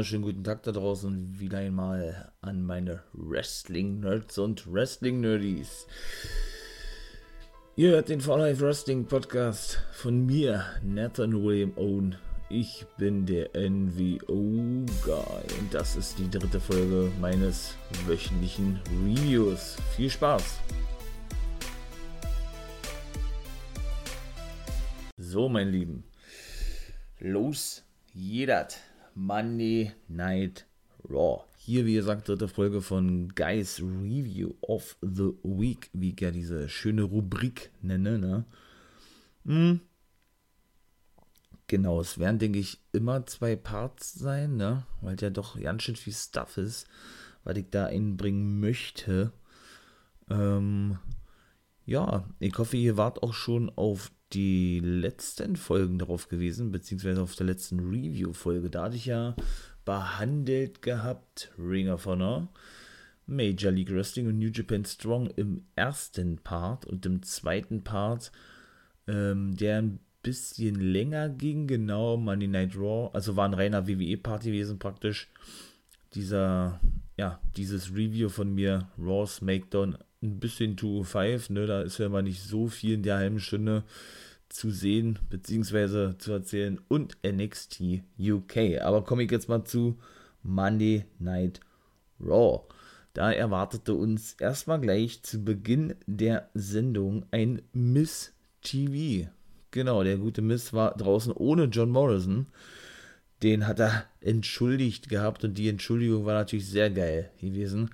wunderschönen guten Tag da draußen wieder einmal an meine Wrestling-Nerds und Wrestling-Nerdies. Ihr hört den For Life Wrestling Podcast von mir, Nathan William Owen. Ich bin der NWO Guy und das ist die dritte Folge meines wöchentlichen Reviews. Viel Spaß! So, meine Lieben, los jedat. Monday Night Raw. Hier, wie gesagt, dritte Folge von Guys Review of the Week, wie ich ja diese schöne Rubrik nenne, ne? Genau, es werden, denke ich, immer 2 Parts sein, ne? Weil ja doch ganz schön viel Stuff ist, was ich da einbringen möchte. Ja, ich hoffe, ihr wart auch schon auf die letzten Folgen drauf gewesen, beziehungsweise auf der letzten Review-Folge. Da hatte ich ja behandelt gehabt Ring of Honor, Major League Wrestling und New Japan Strong im ersten Part und im zweiten Part, der ein bisschen länger ging, genau, Monday Night Raw, also war ein reiner WWE-Part gewesen praktisch, dieses Review von mir, Raw, SmackDown, ein bisschen 205, ne, da ist ja immer nicht so viel in der halben Stunde zu sehen, beziehungsweise zu erzählen, und NXT UK. Aber komme ich jetzt mal zu Monday Night Raw. Da erwartete uns erstmal gleich zu Beginn der Sendung ein Miz TV. Genau, der gute Miz war draußen ohne John Morrison. Den hat er entschuldigt gehabt und die Entschuldigung war natürlich sehr geil gewesen.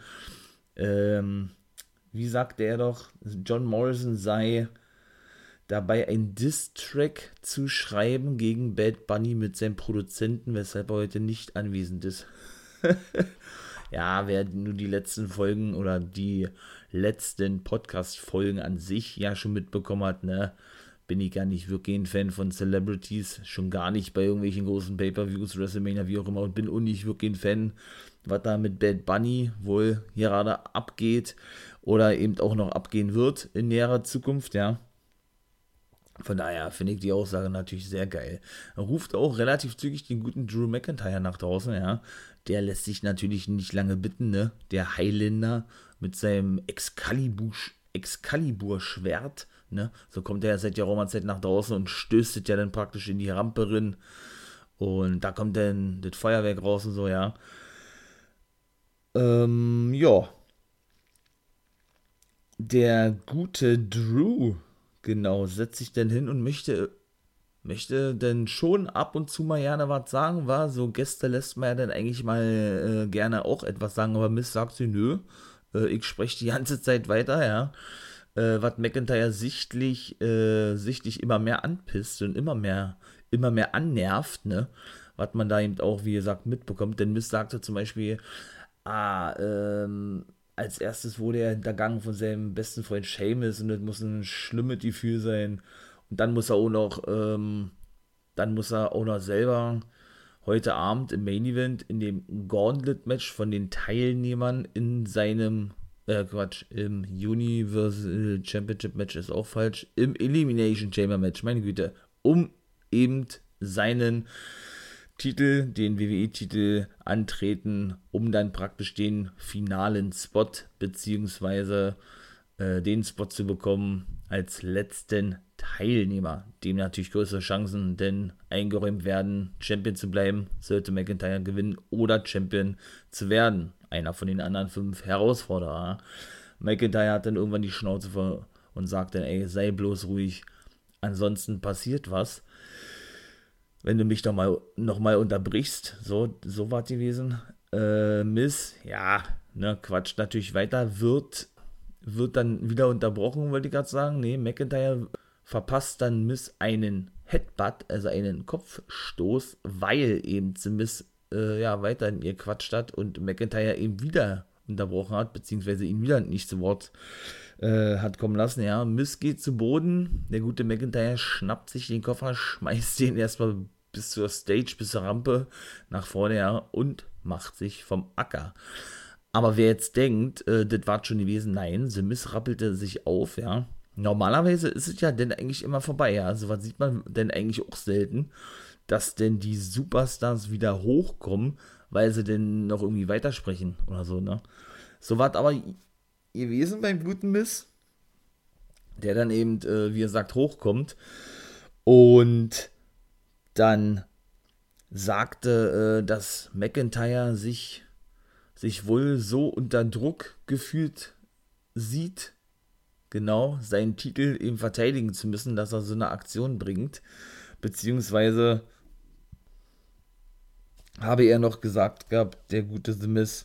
Wie sagte er doch, John Morrison sei dabei, ein Diss-Track zu schreiben gegen Bad Bunny mit seinem Produzenten, weshalb er heute nicht anwesend ist. Ja, wer nur die letzten Folgen oder die letzten Podcast-Folgen an sich ja schon mitbekommen hat, ne, bin ich gar nicht wirklich ein Fan von Celebrities, schon gar nicht bei irgendwelchen großen Pay-Per-Views, WrestleMania, wie auch immer, und bin auch nicht wirklich ein Fan, was da mit Bad Bunny wohl gerade abgeht oder eben auch noch abgehen wird in näherer Zukunft, ja. Von daher finde ich die Aussage natürlich sehr geil. Er ruft auch relativ zügig den guten Drew McIntyre nach draußen, ja. Der lässt sich natürlich nicht lange bitten, ne. Der Highlander mit seinem Excalibur-Schwert, ne. So kommt er ja seit geraumer Zeit nach draußen und stößt ja dann praktisch in die Rampe rein. Und da kommt dann das Feuerwerk raus und so, ja. Ja. Der gute Drew, genau, setzt sich dann hin und möchte dann schon ab und zu mal gerne was sagen, war so, Gäste lässt man ja dann eigentlich mal gerne auch etwas sagen, aber Miss sagt sie, nö, ich spreche die ganze Zeit weiter, ja, was McIntyre sichtlich immer mehr anpisst und immer mehr annervt, ne, was man da eben auch, wie gesagt, mitbekommt, denn Miss sagte zum Beispiel, als erstes wurde er hintergangen von seinem besten Freund Sheamus und das muss ein schlimmes Gefühl sein. Und dann muss er auch noch selber heute Abend im Main Event in dem Gauntlet-Match von den Teilnehmern in seinem, im Universal Championship Match ist auch falsch, im Elimination Chamber Match, meine Güte, um eben seinen Titel, den WWE-Titel antreten, um dann praktisch den finalen Spot, beziehungsweise den Spot zu bekommen als letzten Teilnehmer, dem natürlich größere Chancen denn eingeräumt werden, Champion zu bleiben, sollte McIntyre gewinnen oder Champion zu werden. Einer von den anderen 5 Herausforderer. McIntyre hat dann irgendwann die Schnauze voll und sagt dann, ey, sei bloß ruhig, ansonsten passiert was. Wenn du mich doch nochmal unterbrichst, so war es gewesen. Miss, ja, ne, quatscht natürlich weiter, wird dann wieder unterbrochen, wollte ich gerade sagen. Nee, McIntyre verpasst dann Miss einen Headbutt, also einen Kopfstoß, weil eben Miss weiter in ihr quatscht hat und McIntyre eben wieder unterbrochen hat, beziehungsweise ihn wieder nicht zu Wort hat kommen lassen, ja. Miz geht zu Boden, der gute McIntyre schnappt sich den Koffer, schmeißt den erstmal bis zur Stage, bis zur Rampe nach vorne, ja, und macht sich vom Acker. Aber wer jetzt denkt, das war schon gewesen, nein, The Miz rappelte sich auf, ja. Normalerweise ist es ja denn eigentlich immer vorbei, ja. Also was sieht man denn eigentlich auch selten, dass denn die Superstars wieder hochkommen, weil sie denn noch irgendwie weitersprechen oder so, ne? So war aber gewesen beim guten Miss, der dann eben, wie gesagt, hochkommt und dann sagte, dass McIntyre sich wohl so unter Druck gefühlt sieht, genau, seinen Titel eben verteidigen zu müssen, dass er so eine Aktion bringt. Beziehungsweise habe er noch gesagt gehabt, der gute The Miz,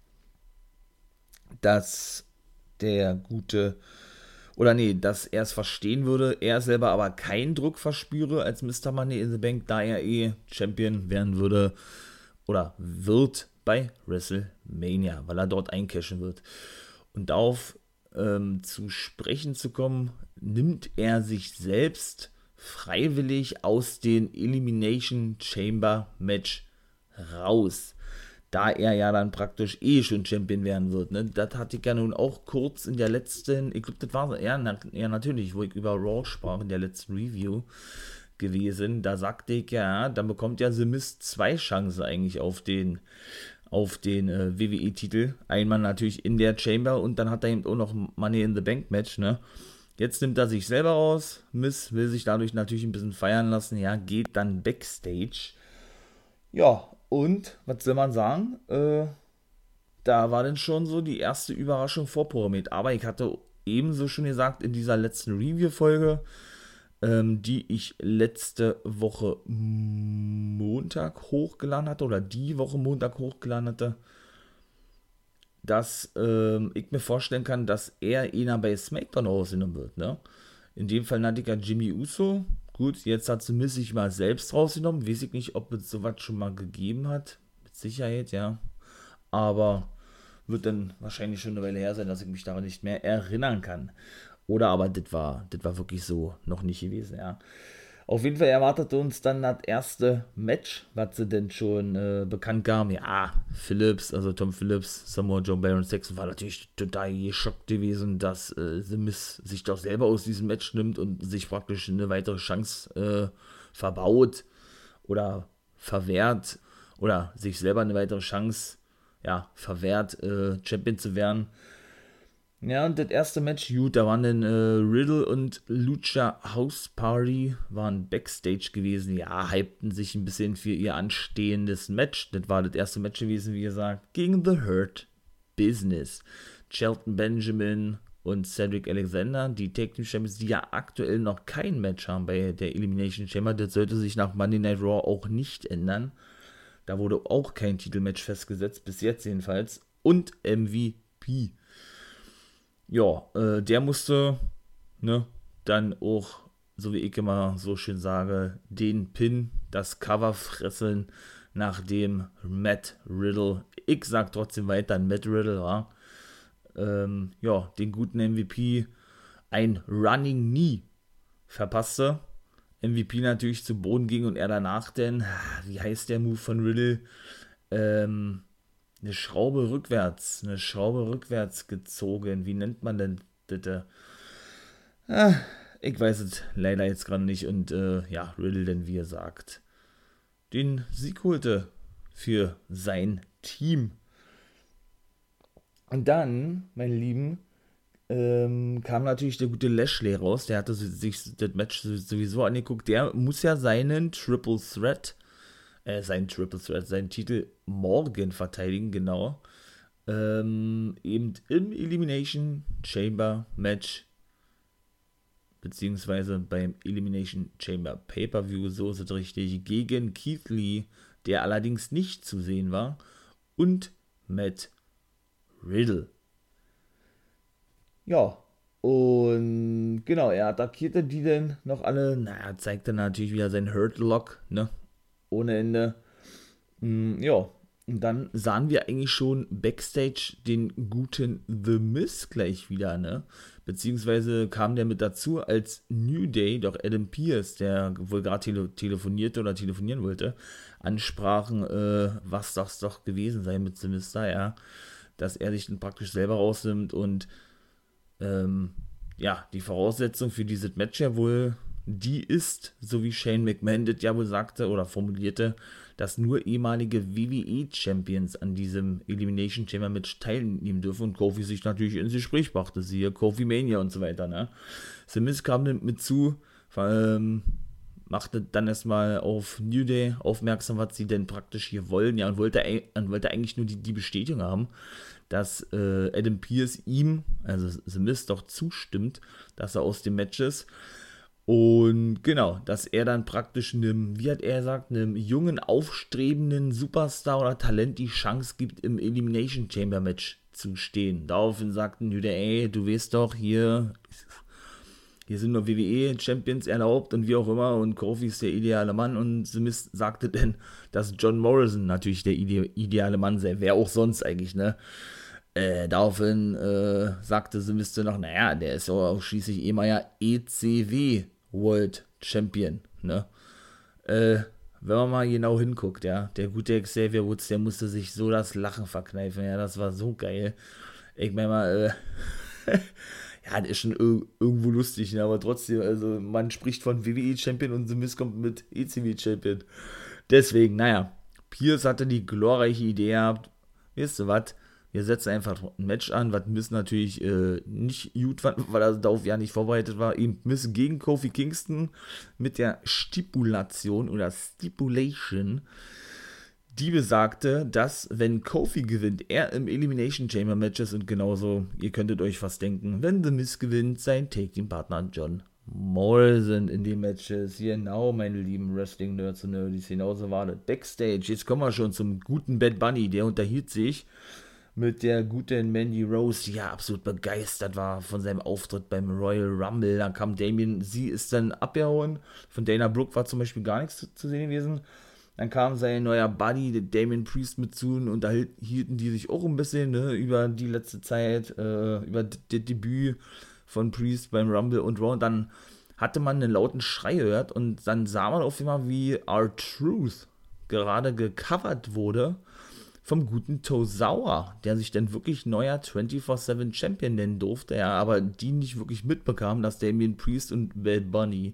dass der gute, oder nee, dass er es verstehen würde, er selber aber keinen Druck verspüre als Mr. Money in the Bank, da er Champion werden würde oder wird bei WrestleMania, weil er dort eincashen wird. Und darauf zu sprechen zu kommen, nimmt er sich selbst freiwillig aus den Elimination Chamber Match raus, da er ja dann praktisch schon Champion werden wird. Ne? Das hatte ich ja nun auch kurz in der letzten, ich glaube, das war ja natürlich, wo ich über Raw sprach, in der letzten Review gewesen. Da sagte ich ja, dann bekommt ja The Miz 2 Chancen eigentlich auf den WWE-Titel. Einmal natürlich in der Chamber und dann hat er eben auch noch Money in the Bank Match, ne? Jetzt nimmt er sich selber raus. Miz will sich dadurch natürlich ein bisschen feiern lassen, ja, geht dann Backstage. Ja, und, was soll man sagen? Da war dann schon so die erste Überraschung vorprogrammiert. Aber ich hatte ebenso schon gesagt in dieser letzten Review-Folge, die ich letzte Woche Montag hochgeladen hatte, oder die Woche Montag hochgeladen hatte, dass ich mir vorstellen kann, dass er einer bei SmackDown rausgenommen wird, ne? In dem Fall nannte ich ja Jimmy Uso. Gut, jetzt hat sie sich mal selbst rausgenommen. Weiß ich nicht, ob es sowas schon mal gegeben hat. Mit Sicherheit, ja. Aber wird dann wahrscheinlich schon eine Weile her sein, dass ich mich daran nicht mehr erinnern kann. Oder aber das war wirklich so noch nicht gewesen, ja. Auf jeden Fall erwartete uns dann das erste Match, was sie denn schon bekannt gaben. Ja, Tom Phillips, Samoa Joe, Baron Saxon war natürlich total geschockt gewesen, dass The Miz sich doch selber aus diesem Match nimmt und sich praktisch eine weitere Chance verbaut oder verwehrt oder sich selber eine weitere Chance verwehrt, Champion zu werden. Ja, und das erste Match, gut, da waren dann Riddle und Lucha House Party, waren Backstage gewesen, ja, hypten sich ein bisschen für ihr anstehendes Match. Das war das erste Match gewesen, wie gesagt, gegen The Hurt Business. Shelton Benjamin und Cedric Alexander, die Tag Team Champions, die ja aktuell noch kein Match haben bei der Elimination Chamber. Das sollte sich nach Monday Night Raw auch nicht ändern. Da wurde auch kein Titelmatch festgesetzt, bis jetzt jedenfalls. Und MVP. Ja, der musste, ne, dann auch, so wie ich immer so schön sage, den Pin, das Cover fresseln, nachdem Matt Riddle, ich sag trotzdem weiter Matt Riddle, ja, den guten MVP ein Running Knee verpasste. MVP natürlich zu Boden ging und er danach denn, wie heißt der Move von Riddle? Eine Schraube rückwärts gezogen. Wie nennt man denn das? Ich weiß es leider jetzt gerade nicht. Und Riddle denn, wie er sagt, den Sieg holte für sein Team. Und dann, meine Lieben, kam natürlich der gute Lashley raus. Der hatte sich das Match sowieso angeguckt. Der muss ja seinen seinen Titel morgen verteidigen, genau. Eben im Elimination Chamber Match, beziehungsweise beim Elimination Chamber Pay-Per-View, so ist es richtig, gegen Keith Lee, der allerdings nicht zu sehen war, und Matt Riddle. Ja, und genau, er attackierte die dann noch alle. Naja, zeigte natürlich wieder seinen Hurt Lock, ne? Ohne Ende. Ja, und dann sahen wir eigentlich schon Backstage den guten The Miz gleich wieder, ne? Beziehungsweise kam der mit dazu als New Day, doch Adam Pearce, der wohl gerade telefonierte oder telefonieren wollte, ansprachen, was das doch gewesen sei mit The Miz da, ja. Dass er sich dann praktisch selber rausnimmt und die Voraussetzung für dieses Match ja wohl die ist, so wie Shane McMahon das ja wohl sagte oder formulierte, dass nur ehemalige WWE-Champions an diesem Elimination Chamber Match teilnehmen dürfen und Kofi sich natürlich ins Gespräch brachte, siehe Kofi Mania und so weiter, ne? The Miz kam dann mit zu, machte dann erstmal auf New Day aufmerksam, was sie denn praktisch hier wollen, ja, und wollte eigentlich nur die Bestätigung haben, dass Adam Pearce ihm, also The Miz, doch zustimmt, dass er aus dem Match ist. Und genau, dass er dann praktisch einem, wie hat er gesagt, einem jungen, aufstrebenden Superstar oder Talent die Chance gibt, im Elimination Chamber Match zu stehen. Daraufhin sagten New Day, ey, du weißt doch, hier sind nur WWE-Champions erlaubt und wie auch immer und Kofi ist der ideale Mann und The Miz sagte dann, dass John Morrison natürlich der ideale Mann sei, wer auch sonst eigentlich, ne? Daraufhin sagte The Miz noch, naja, der ist ja auch schließlich ehemaliger ECW World Champion, ne? Wenn man mal genau hinguckt, ja, der gute Xavier Woods, der musste sich so das Lachen verkneifen, ja, das war so geil. Ich meine mal, ja, das ist schon irgendwo lustig, ne? Aber trotzdem, also man spricht von WWE-Champion und The Miz kommt mit ECW-Champion. Deswegen, naja, Pierce hatte die glorreiche Idee gehabt, weißt du was, wir setzen einfach ein Match an, was Miz natürlich nicht gut fand, weil er darauf ja nicht vorbereitet war, eben Miz gegen Kofi Kingston mit der Stipulation oder Stipulation, die besagte, dass, wenn Kofi gewinnt, er im Elimination Chamber Match ist und genauso, ihr könntet euch fast denken, wenn The Miz gewinnt, sein Take-Team-Partner John Morrison in den Matches. Genau, meine lieben Wrestling-Nerds und Nerdies, genauso war das. Backstage, jetzt kommen wir schon zum guten Bad Bunny, der unterhielt sich mit der guten Mandy Rose, die ja absolut begeistert war von seinem Auftritt beim Royal Rumble. Dann kam Damien, sie ist dann abgehauen, von Dana Brooke war zum Beispiel gar nichts zu sehen gewesen. Dann kam sein neuer Buddy, der Damien Priest, mit zu und da hielten die sich auch ein bisschen, ne, über die letzte Zeit, über das Debüt von Priest beim Rumble und Raw. Und dann hatte man einen lauten Schrei gehört und dann sah man auf einmal, wie R-Truth gerade gecovert wurde vom guten Tozawa, der sich dann wirklich neuer 24/7 Champion nennen durfte, ja, aber die nicht wirklich mitbekamen, dass Damien Priest und Bad Bunny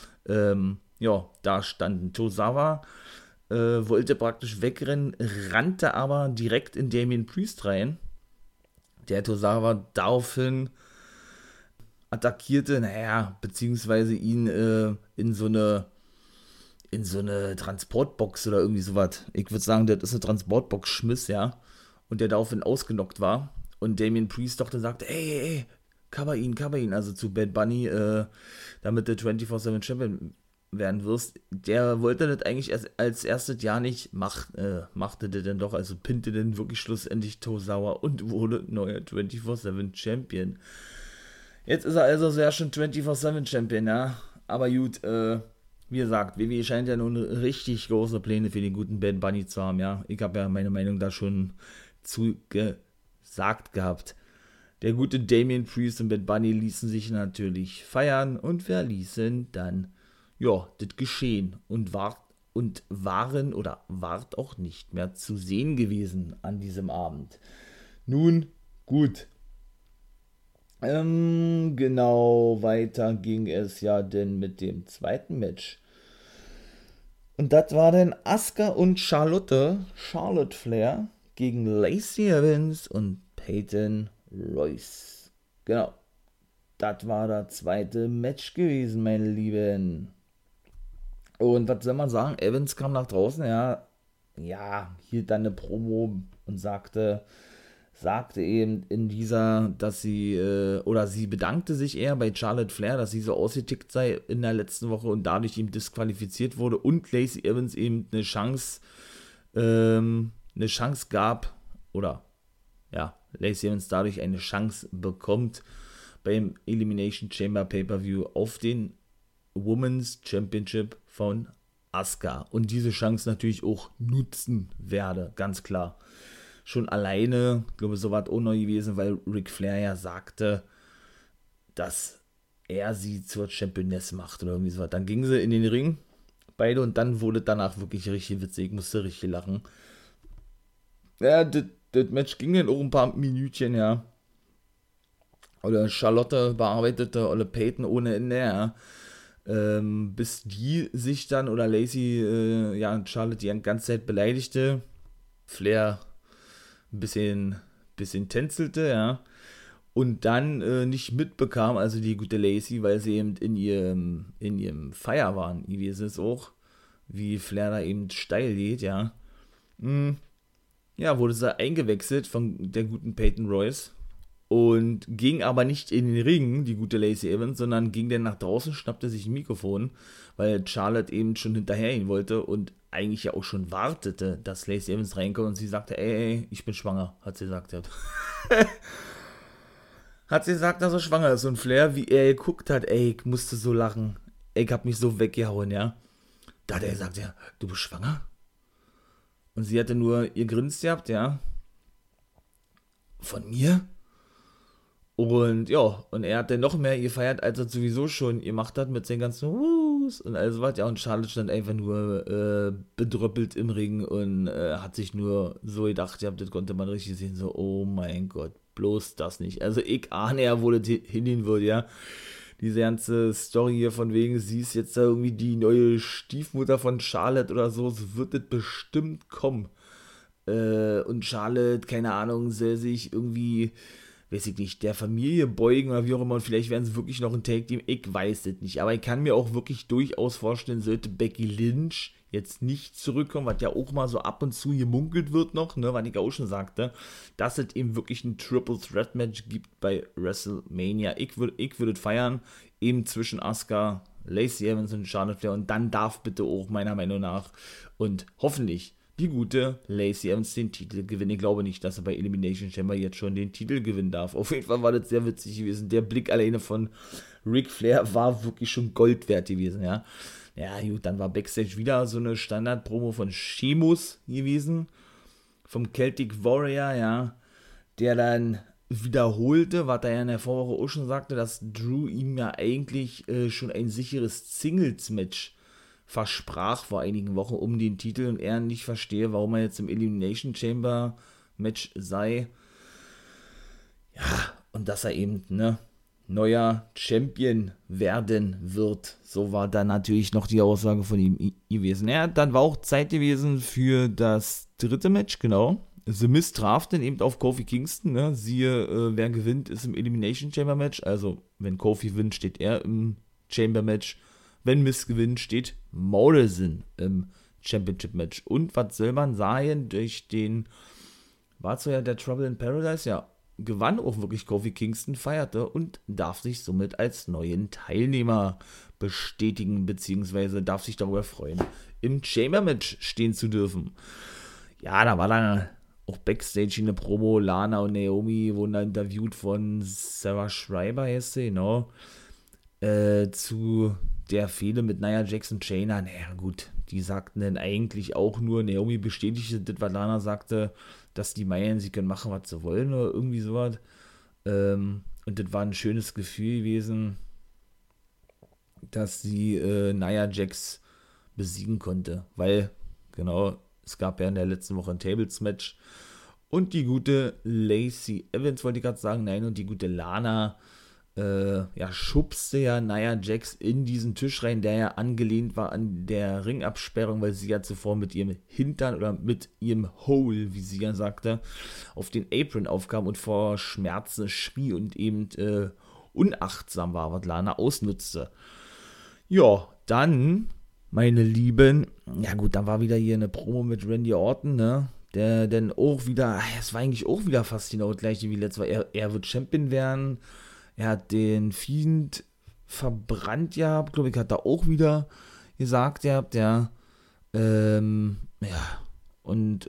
da standen. Tozawa wollte praktisch wegrennen, rannte aber direkt in Damien Priest rein. Der Tozawa daraufhin attackierte, beziehungsweise ihn in so eine Transportbox oder irgendwie sowas. Ich würde sagen, das ist eine Transportbox schmiss, ja. Und der daraufhin ausgenockt war. Und Damien Priest doch dann sagte, ey, cover ihn, also zu Bad Bunny, damit der 24/7 Champion werden wirst. Der wollte das eigentlich erst als erstes Jahr nicht, machte das dann doch, also pinnte dann wirklich schlussendlich Tozawa und wurde neuer 24/7 Champion. Jetzt ist er also sehr schon 24/7 Champion, ja. Aber gut, wie gesagt, WWE scheint ja nun richtig große Pläne für den guten Bad Bunny zu haben, ja. Ich habe ja meine Meinung da schon zugesagt gehabt. Der gute Damien Priest und Bad Bunny ließen sich natürlich feiern und verließen dann, das Geschehen und waren oder ward auch nicht mehr zu sehen gewesen an diesem Abend. Nun, gut. Genau, weiter ging es ja denn mit dem zweiten Match. Und das war dann Asuka und Charlotte Flair gegen Lacey Evans und Peyton Royce. Genau, das war das zweite Match gewesen, meine Lieben. Und was soll man sagen, Evans kam nach draußen, hielt dann eine Promo und sagte eben in dieser, dass sie bedankte sich eher bei Charlotte Flair, dass sie so ausgetickt sei in der letzten Woche und dadurch ihm disqualifiziert wurde und Lacey Evans eben eine Chance gab, Lacey Evans dadurch eine Chance bekommt beim Elimination Chamber Pay-Per-View auf den Women's Championship von Asuka und diese Chance natürlich auch nutzen werde, ganz klar. Schon alleine, ich glaube, so war es auch neu gewesen, weil Ric Flair ja sagte, dass er sie zur Championess macht oder irgendwie sowas. Dann gingen sie in den Ring, beide, und dann wurde danach wirklich richtig witzig. Ich musste richtig lachen. Ja, das Match ging dann auch ein paar Minütchen, ja. Oder Charlotte bearbeitete Olle Peyton ohne Ende, ja. bis die sich dann, oder Lacey, Charlotte die ganze Zeit beleidigte, Flair ein bisschen tänzelte, ja, und dann nicht mitbekam, also die gute Lacey, weil sie eben in ihrem Feier waren gewesen ist auch, wie Flair da eben steil geht, ja. Ja, wurde sie eingewechselt von der guten Peyton Royce und ging aber nicht in den Ring, die gute Lacey Evans, sondern ging dann nach draußen, schnappte sich ein Mikrofon, weil Charlotte eben schon hinterher ihn wollte und eigentlich ja auch schon wartete, dass Lacey Evans reinkommt, und sie sagte, ey, ich bin schwanger, hat sie gesagt. Ja. Hat sie gesagt, dass er schwanger ist, und Flair, wie er geguckt hat, ey, ich musste so lachen. Ey, ich hab mich so weggehauen, ja. Da hat er gesagt, ja, du bist schwanger? Und sie hatte nur ihr grinst gehabt, ja. Von mir? Und ja, und er hat dann noch mehr gefeiert, als er sowieso schon gemacht hat mit seinen ganzen Wuhs und alles was. Ja, und Charlotte stand einfach nur bedröppelt im Ring und hat sich nur so gedacht, ja, das konnte man richtig sehen, so, oh mein Gott, bloß das nicht. Also ich ahne ja, wo das hingehen würde, ja. Diese ganze Story hier von wegen, sie ist jetzt da irgendwie die neue Stiefmutter von Charlotte oder so, so wird das bestimmt kommen. Und Charlotte, keine Ahnung, soll sich irgendwie, weiß ich nicht, der Familie beugen oder wie auch immer, und vielleicht werden sie wirklich noch ein Take-Team, ich weiß es nicht, aber ich kann mir auch wirklich durchaus vorstellen, sollte Becky Lynch jetzt nicht zurückkommen, was ja auch mal so ab und zu gemunkelt wird noch, ne, was ich auch schon sagte, dass es eben wirklich ein Triple Threat Match gibt bei WrestleMania. Ich würde es feiern, eben zwischen Asuka, Lacey Evans und Charlotte Flair, und dann darf bitte auch meiner Meinung nach und hoffentlich die gute Lacey Evans den Titel gewinnen. Ich glaube nicht, dass er bei Elimination Chamber jetzt schon den Titel gewinnen darf. Auf jeden Fall war das sehr witzig gewesen. Der Blick alleine von Ric Flair war wirklich schon Gold wert gewesen, ja. Ja, gut, dann war Backstage wieder so eine Standard-Promo von Sheamus gewesen, vom Celtic Warrior, ja, der dann wiederholte, was er ja in der Vorwoche auch schon sagte, dass Drew ihm ja eigentlich schon ein sicheres Singles-Match versprach vor einigen Wochen um den Titel, und er nicht verstehe, warum er jetzt im Elimination Chamber Match sei. Ja, und dass er eben, ne, neuer Champion werden wird. So war dann natürlich noch die Aussage von ihm gewesen. Ja, dann war auch Zeit gewesen für das dritte Match, genau. The Miz traf dann eben auf Kofi Kingston, ne? Siehe, wer gewinnt, ist im Elimination Chamber Match. Also, wenn Kofi gewinnt, steht er im Chamber Match. Wenn Miz gewinnt, steht Morrison im Championship Match. Und was soll man sagen, durch den, war so ja der Trouble in Paradise, ja, gewann auch wirklich Kofi Kingston, feierte und darf sich somit als neuen Teilnehmer bestätigen, beziehungsweise darf sich darüber freuen, im Chamber Match stehen zu dürfen. Ja, da war dann auch Backstage eine Promo, Lana und Naomi wurden da interviewt von Sarah Schreiber, heißt sie, genau, zu der Fehde mit Nia Jackson Shayna. Naja, gut, die sagten dann eigentlich auch nur, Naomi bestätigte das, was Lana sagte, dass die meinen, sie können machen, was sie wollen oder irgendwie sowas. Und das war ein schönes Gefühl gewesen, dass sie Nia Jax besiegen konnte, weil, genau, es gab ja in der letzten Woche ein Tables-Match und die gute Lacey Evans, wollte ich gerade sagen, nein, und die gute Lana schubste ja Nia Jax in diesen Tisch rein, der ja angelehnt war an der Ringabsperrung, weil sie ja zuvor mit ihrem Hintern oder mit ihrem Hole, wie sie ja sagte, auf den Apron aufkam und vor Schmerzen schrie und eben unachtsam war, was Lana ausnutzte. Ja, dann, meine Lieben, ja gut, dann war wieder hier eine Promo mit Randy Orton, ne? Der dann auch wieder, es war eigentlich auch wieder fast genau das gleiche wie letztes Mal. Er wird Champion werden. Er hat den Fiend verbrannt gehabt, glaube ich, hat er auch wieder gesagt gehabt, ja. Und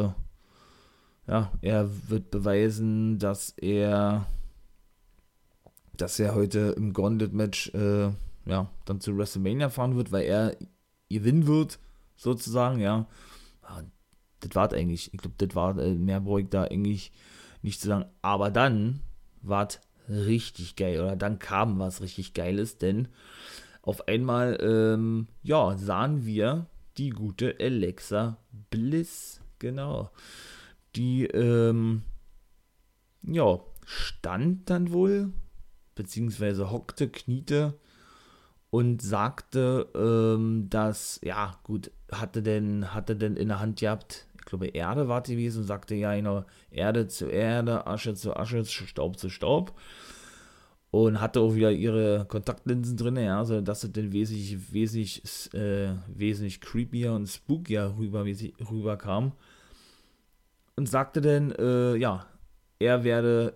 er wird beweisen, dass er heute im Gauntlet-Match dann zu WrestleMania fahren wird, weil er gewinnen wird, sozusagen, ja. Das war eigentlich, ich glaube, das war mehr brauche ich da eigentlich nicht zu sagen. Aber dann war es richtig geil, oder dann kam was richtig Geiles, denn auf einmal, sahen wir die gute Alexa Bliss, genau, die, stand dann wohl, beziehungsweise hockte, kniete und sagte, dass, ja, gut, hatte denn in der Hand gehabt, ich glaube, Erde war die gewesen, und sagte, ja, genau, Erde zu Erde, Asche zu Asche, Staub zu Staub. Und hatte auch wieder ihre Kontaktlinsen drin, ja, so dass es dann wesentlich creepier und spookier rüberkam. Und sagte dann, ja, er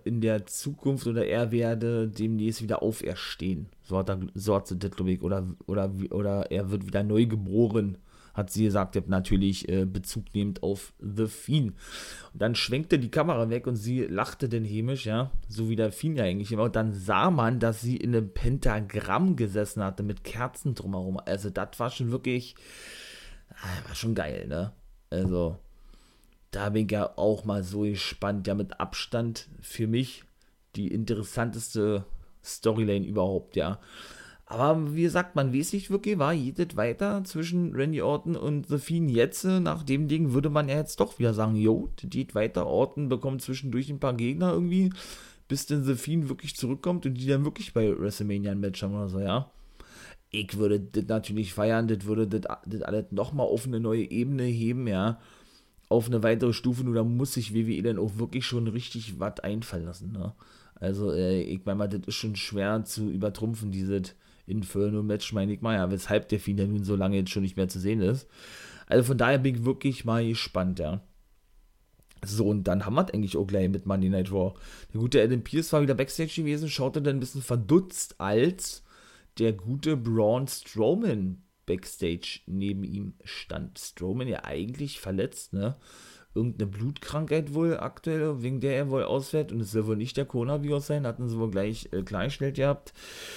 werde demnächst wieder auferstehen. So hat sie das, glaube ich, oder er wird wieder neu geboren, hat sie gesagt, natürlich Bezug nehmend auf The Fiend. Und dann schwenkte die Kamera weg und sie lachte dann hämisch, ja, so wie der Fiend ja eigentlich immer. Und dann sah man, dass sie in einem Pentagramm gesessen hatte mit Kerzen drumherum. Also das war schon wirklich, war schon geil, ne? Also da bin ich ja auch mal so gespannt. Ja, mit Abstand für mich die interessanteste Storyline überhaupt, ja. Aber wie gesagt, man weiß nicht wirklich, war jedes weiter zwischen Randy Orton und The Fiend jetzt. Nach dem Ding würde man ja jetzt doch wieder sagen, jo, das geht weiter. Orton bekommt zwischendurch ein paar Gegner irgendwie, bis dann The Fiend wirklich zurückkommt und die dann wirklich bei WrestleMania ein Match haben oder so, ja. Ich würde das natürlich feiern, das würde das alles nochmal auf eine neue Ebene heben, ja, auf eine weitere Stufe, nur da muss sich WWE dann auch wirklich schon richtig was einfallen lassen, ne? Also, ich meine mal, das ist schon schwer zu übertrumpfen, dieses Inferno-Match, meine ich mal, ja, weshalb der Fiend ja nun so lange jetzt schon nicht mehr zu sehen ist. Also von daher bin ich wirklich mal gespannt, ja. So, und dann haben wir es eigentlich auch gleich mit Monday Night Raw. Der gute Adam Pearce war wieder Backstage gewesen, schaute dann ein bisschen verdutzt, als der gute Braun Strowman Backstage neben ihm stand. Strowman ja eigentlich verletzt, ne? Irgendeine Blutkrankheit wohl aktuell, wegen der er wohl ausfällt. Und es soll wohl nicht der Coronavirus sein, hatten sie wohl gleich klargestellt gehabt.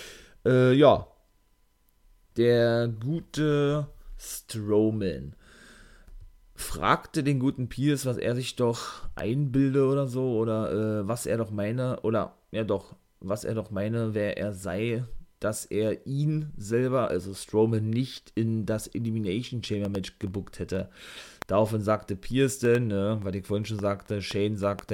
Ja, der gute Strowman fragte den guten Pierce, was er sich doch einbilde oder so, oder was er doch meine, oder ja doch, was er doch meine, wer er sei, dass er ihn selber, also Strowman, nicht in das Elimination Chamber Match gebuckt hätte. Daraufhin sagte Pierce denn, ne, weil ich vorhin schon sagte, Shane sagte,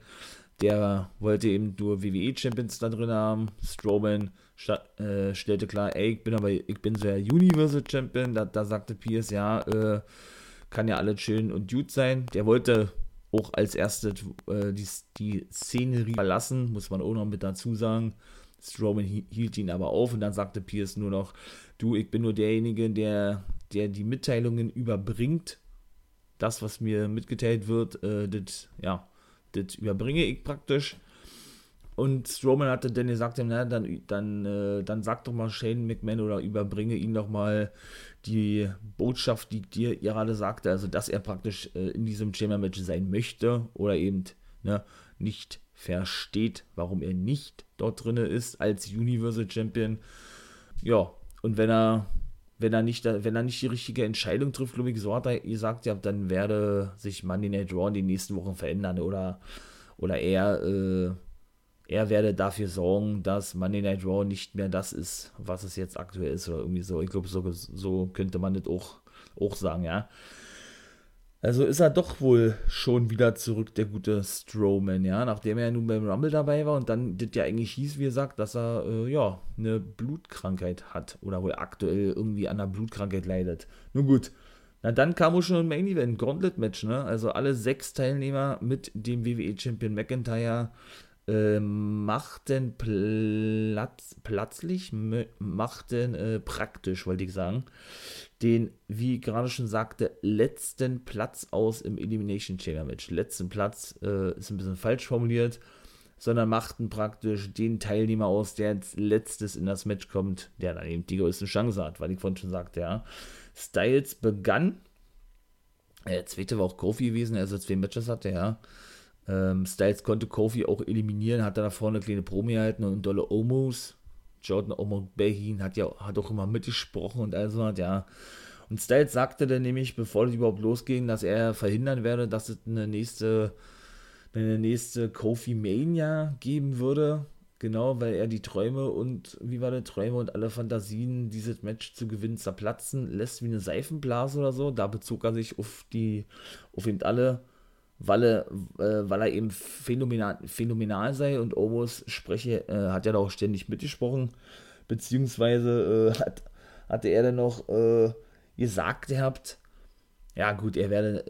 der wollte eben nur WWE Champions da drin haben. Strowman stellte klar, ich bin so der Universal Champion. Da sagte Pierce, ja, kann ja alle chillen und Dude sein. Der wollte auch als erstes die Szenerie verlassen, muss man auch noch mit dazu sagen. Strowman hielt ihn aber auf und dann sagte Pierce nur noch, du, ich bin nur derjenige, der die Mitteilungen überbringt. Das, was mir mitgeteilt wird, das überbringe ich praktisch. Und Strowman hatte dann gesagt, na, dann sag doch mal Shane McMahon oder überbringe ihn doch mal die Botschaft, die dir gerade sagte, also dass er praktisch in diesem Chamber-Match sein möchte oder eben nicht versteht, warum er nicht dort drin ist als Universal Champion. Ja, und wenn er nicht die richtige Entscheidung trifft, glaube ich, so hat er gesagt, ja, dann werde sich Monday Night Raw in den nächsten Wochen verändern oder er werde dafür sorgen, dass Monday Night Raw nicht mehr das ist, was es jetzt aktuell ist oder irgendwie so. Ich glaube, so könnte man das auch sagen, ja. Also ist er doch wohl schon wieder zurück, der gute Strowman, ja, nachdem er ja nun beim Rumble dabei war und dann das ja eigentlich hieß, wie gesagt, dass er, eine Blutkrankheit hat oder wohl aktuell irgendwie an einer Blutkrankheit leidet. Nun gut, na dann kam auch schon ein Main Event, Gauntlet-Match, ne, also alle 6 Teilnehmer mit dem WWE-Champion McIntyre machten praktisch, wollte ich sagen, den, wie ich gerade schon sagte, letzten Platz aus im Elimination Chamber Match. Letzten Platz ist ein bisschen falsch formuliert, sondern machten praktisch den Teilnehmer aus, der als letztes in das Match kommt, der dann eben die größte Chance hat, weil ich vorhin schon sagte, ja. Styles begann, der zweite war auch Kofi gewesen, also 2 Matches hatte, ja. Styles konnte Kofi auch eliminieren, hat da vorne eine kleine Promo gehalten und Dolle Omos, Jordan Omos-Behin hat auch immer mitgesprochen und all so hat, ja. Und Styles sagte dann nämlich, bevor das überhaupt losging, dass er verhindern werde, dass es eine nächste Kofi Mania geben würde. Genau, weil er die Träume und, Träume und alle Fantasien, dieses Match zu gewinnen, zerplatzen lässt wie eine Seifenblase oder so. Da bezog er sich auf eben alle, weil er eben phänomenal sei und Omos hat ja da auch ständig mitgesprochen. beziehungsweise hatte er dann noch gesagt gehabt, ja gut, er werde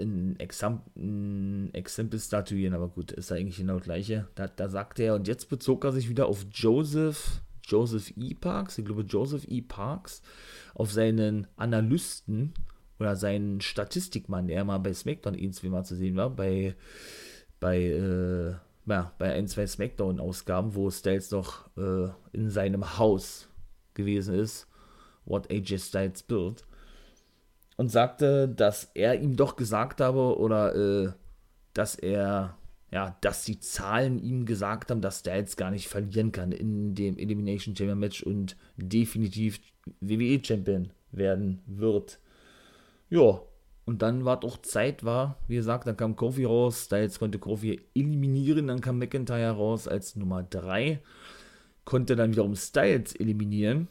ein Exempel statuieren, aber gut, ist ja eigentlich genau das Gleiche. Da sagte er, und jetzt bezog er sich wieder auf Joseph E. Parks, ich glaube Joseph E. Parks, auf seinen Analysten oder seinen Statistikmann, der mal bei SmackDown irgendwie mal zu sehen war, bei, äh, bei ein, zwei SmackDown-Ausgaben, wo Styles noch in seinem Haus gewesen ist, What AJ Styles Built, und sagte, dass er ihm doch gesagt habe oder dass dass die Zahlen ihm gesagt haben, dass Styles gar nicht verlieren kann in dem Elimination Chamber Match und definitiv WWE Champion werden wird. Ja, und dann war auch Zeit, wie gesagt, dann kam Kofi raus, Styles konnte Kofi eliminieren, dann kam McIntyre raus als Nummer 3, konnte dann wiederum Styles eliminieren.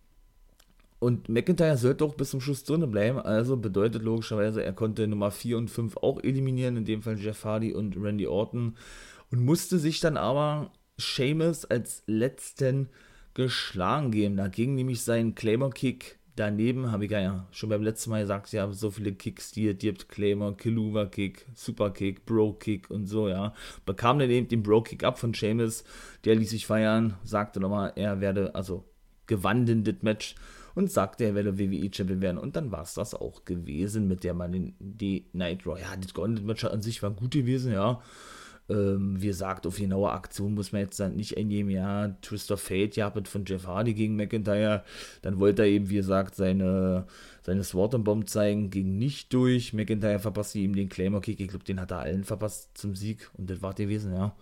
Und McIntyre sollte auch bis zum Schluss drinnen bleiben, also bedeutet logischerweise, er konnte Nummer 4 und 5 auch eliminieren, in dem Fall Jeff Hardy und Randy Orton, und musste sich dann aber Sheamus als letzten geschlagen geben. Da ging nämlich sein Claymore-Kick daneben, habe ich ja schon beim letzten Mal gesagt, ja, so viele Kicks, die es gibt, Claymore, Kiluva-Kick, Super-Kick, Bro-Kick und so, ja. Bekam dann eben den Bro-Kick ab von Sheamus, der ließ sich feiern, sagte nochmal, er werde, also gewann das Match, und sagte, er werde WWE-Champion werden. Und dann war es das auch gewesen, mit der man die Night Raw. Ja, das Gauntlet-Match an sich war gut gewesen, ja. Wie gesagt, auf genaue Aktion muss man jetzt dann nicht eingehen. Ja, Twist of Fate, ja, von Jeff Hardy gegen McIntyre. Dann wollte er eben, wie gesagt, seine Sword and Bomb zeigen, ging nicht durch. McIntyre verpasste ihm den Claymore-Kick. Ich glaube, den hat er allen verpasst zum Sieg. Und das war gewesen, ja.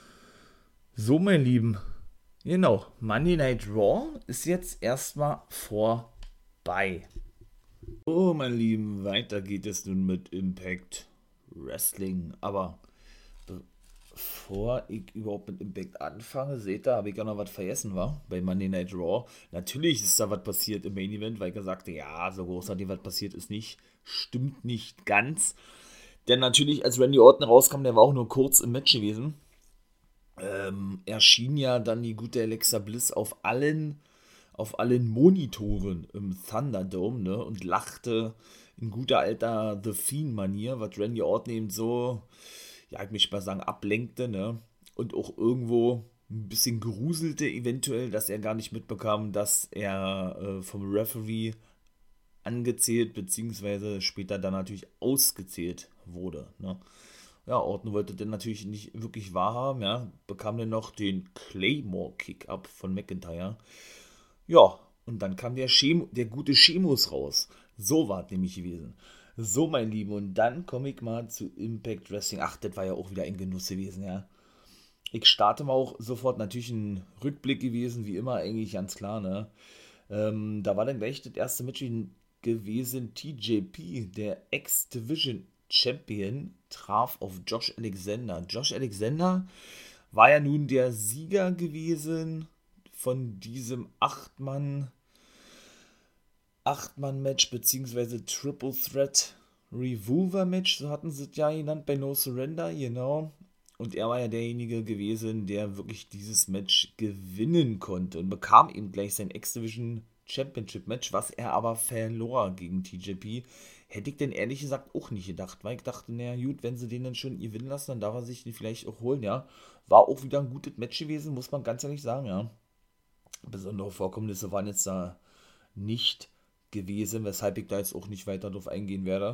So, mein Lieben. Genau, Monday Night Raw ist jetzt erstmal vorbei. So, mein Lieben, weiter geht es nun mit Impact Wrestling. Aber bevor ich überhaupt mit Impact anfange, seht ihr, habe ich ja noch was vergessen, war bei Monday Night Raw. Natürlich ist da was passiert im Main Event, weil ich sagte, ja, so großartig was passiert ist nicht. Stimmt nicht ganz. Denn natürlich, als Randy Orton rauskam, der war auch nur kurz im Match gewesen. Erschien ja dann die gute Alexa Bliss auf allen Monitoren im Thunderdome, ne, und lachte in guter alter The Fiend-Manier, was Randy Orton eben so, ja, ich möchte mal sagen, ablenkte, ne, und auch irgendwo ein bisschen gruselte eventuell, dass er gar nicht mitbekam, dass er vom Referee angezählt, beziehungsweise später dann natürlich ausgezählt wurde, ne. Ja, Orton wollte den natürlich nicht wirklich wahrhaben, ja, bekam dann noch den Claymore-Kick ab von McIntyre. Ja, und dann kam der gute Sheamus raus. So war es nämlich gewesen. So, mein Lieben, und dann komme ich mal zu Impact Wrestling. Ach, das war ja auch wieder ein Genuss gewesen, ja. Ich starte mal auch sofort, natürlich ein Rückblick gewesen, wie immer, eigentlich ganz klar, ne. Da war dann gleich das erste Match gewesen, TJP, der X-Division Champion, traf auf Josh Alexander. Josh Alexander war ja nun der Sieger gewesen von diesem 8-Mann-Match, beziehungsweise Triple Threat Revolver Match, so hatten sie es ja genannt bei No Surrender, genau. Und er war ja derjenige gewesen, der wirklich dieses Match gewinnen konnte und bekam eben gleich sein X-Division Championship Match, was er aber verlor gegen TJP. Hätte ich denn ehrlich gesagt auch nicht gedacht, weil ich dachte, naja gut, wenn sie den dann schon gewinnen lassen, dann darf er sich den vielleicht auch holen, ja. War auch wieder ein gutes Match gewesen, muss man ganz ehrlich sagen, ja. Besondere Vorkommnisse waren jetzt da nicht gewesen, weshalb ich da jetzt auch nicht weiter drauf eingehen werde.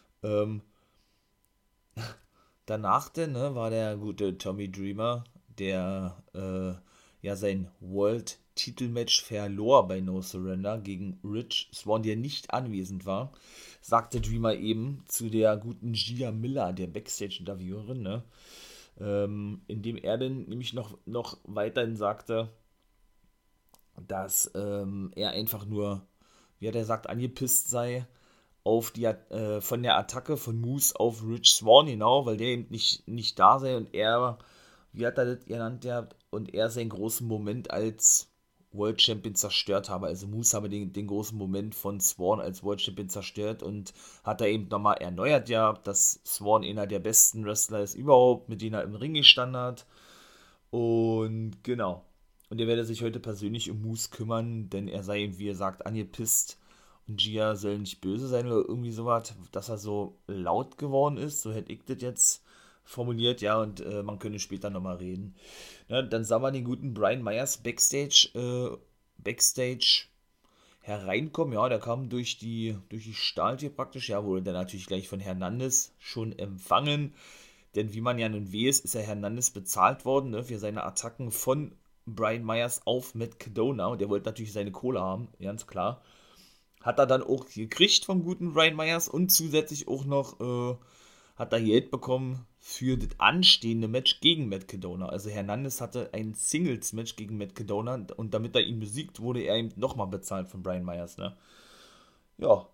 Danach denn, ne, war der gute Tommy Dreamer, der ja sein World-Titelmatch verlor bei No Surrender gegen Rich Swann, der nicht anwesend war, sagte Dreamer eben zu der guten Gia Miller, der Backstage-Interviewerin, ne, indem er dann nämlich noch weiterhin sagte, dass er einfach nur, wie hat er gesagt, angepisst sei auf von der Attacke von Moose auf Rich Swann, genau, weil der eben nicht da sei und er, wie hat er das genannt, und er seinen großen Moment als World Champion zerstört habe. Also Moose habe den großen Moment von Swann als World Champion zerstört und hat er eben nochmal erneuert, ja, dass Swann einer der besten Wrestler ist überhaupt, mit denen er im Ring gestanden hat. Und genau. Und er werde sich heute persönlich um Moose kümmern, denn er sei, wie er sagt, angepisst und Gia soll nicht böse sein oder irgendwie sowas, dass er so laut geworden ist, so hätte ich das jetzt formuliert, ja, und man könne später nochmal reden. Ja, dann sah man den guten Brian Myers Backstage hereinkommen, ja, der kam durch die Stahltür praktisch, ja, wurde dann natürlich gleich von Hernandez schon empfangen, denn wie man ja nun weiß, ist ja Hernandez bezahlt worden, ne, für seine Attacken von Brian Myers auf Matt Cardona und der wollte natürlich seine Kohle haben, ganz klar. Hat er dann auch gekriegt vom guten Brian Myers und zusätzlich auch noch hat er Geld bekommen für das anstehende Match gegen Matt Cardona. Also Hernandez hatte ein Singles-Match gegen Matt Cardona und damit er ihn besiegt, wurde er ihm nochmal bezahlt von Brian Myers, ne? Ja,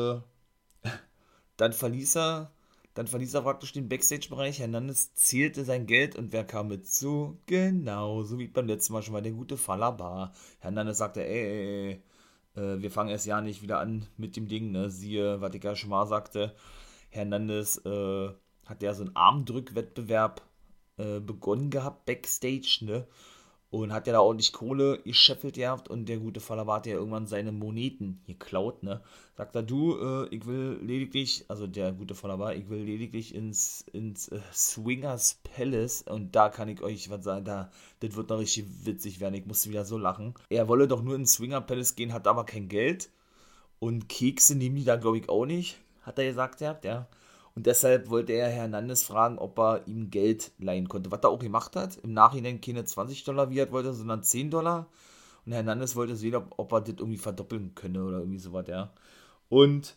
dann verließ er, dann verließ er praktisch den Backstage-Bereich. Hernandez zählte sein Geld und wer kam mit zu? Genau, so wie beim letzten Mal schon mal der gute Falaba. Hernandez sagte, wir fangen erst ja nicht wieder an mit dem Ding, ne? Siehe, was ich ja schon mal sagte, Hernandez hat ja so einen Armdrückwettbewerb begonnen gehabt, Backstage, ne? Und hat ja da ordentlich Kohle gescheffelt gehabt und der gute Falaba hat ja irgendwann seine Moneten geklaut, ne? Sagt er, du, ich will lediglich, also der gute Falaba, ich will lediglich ins Swingers Palace und da kann ich euch was sagen, das wird noch richtig witzig werden, ich musste wieder so lachen. Er wolle doch nur ins Swinger Palace gehen, hat aber kein Geld und Kekse nehmen die da, glaube ich, auch nicht, hat er gesagt, ja. Und deshalb wollte er Hernandez fragen, ob er ihm Geld leihen konnte. Was er auch gemacht hat. Im Nachhinein keine $20, wie er wollte, sondern $10. Und Hernandez wollte sehen, ob er das irgendwie verdoppeln könne oder irgendwie sowas, ja. Und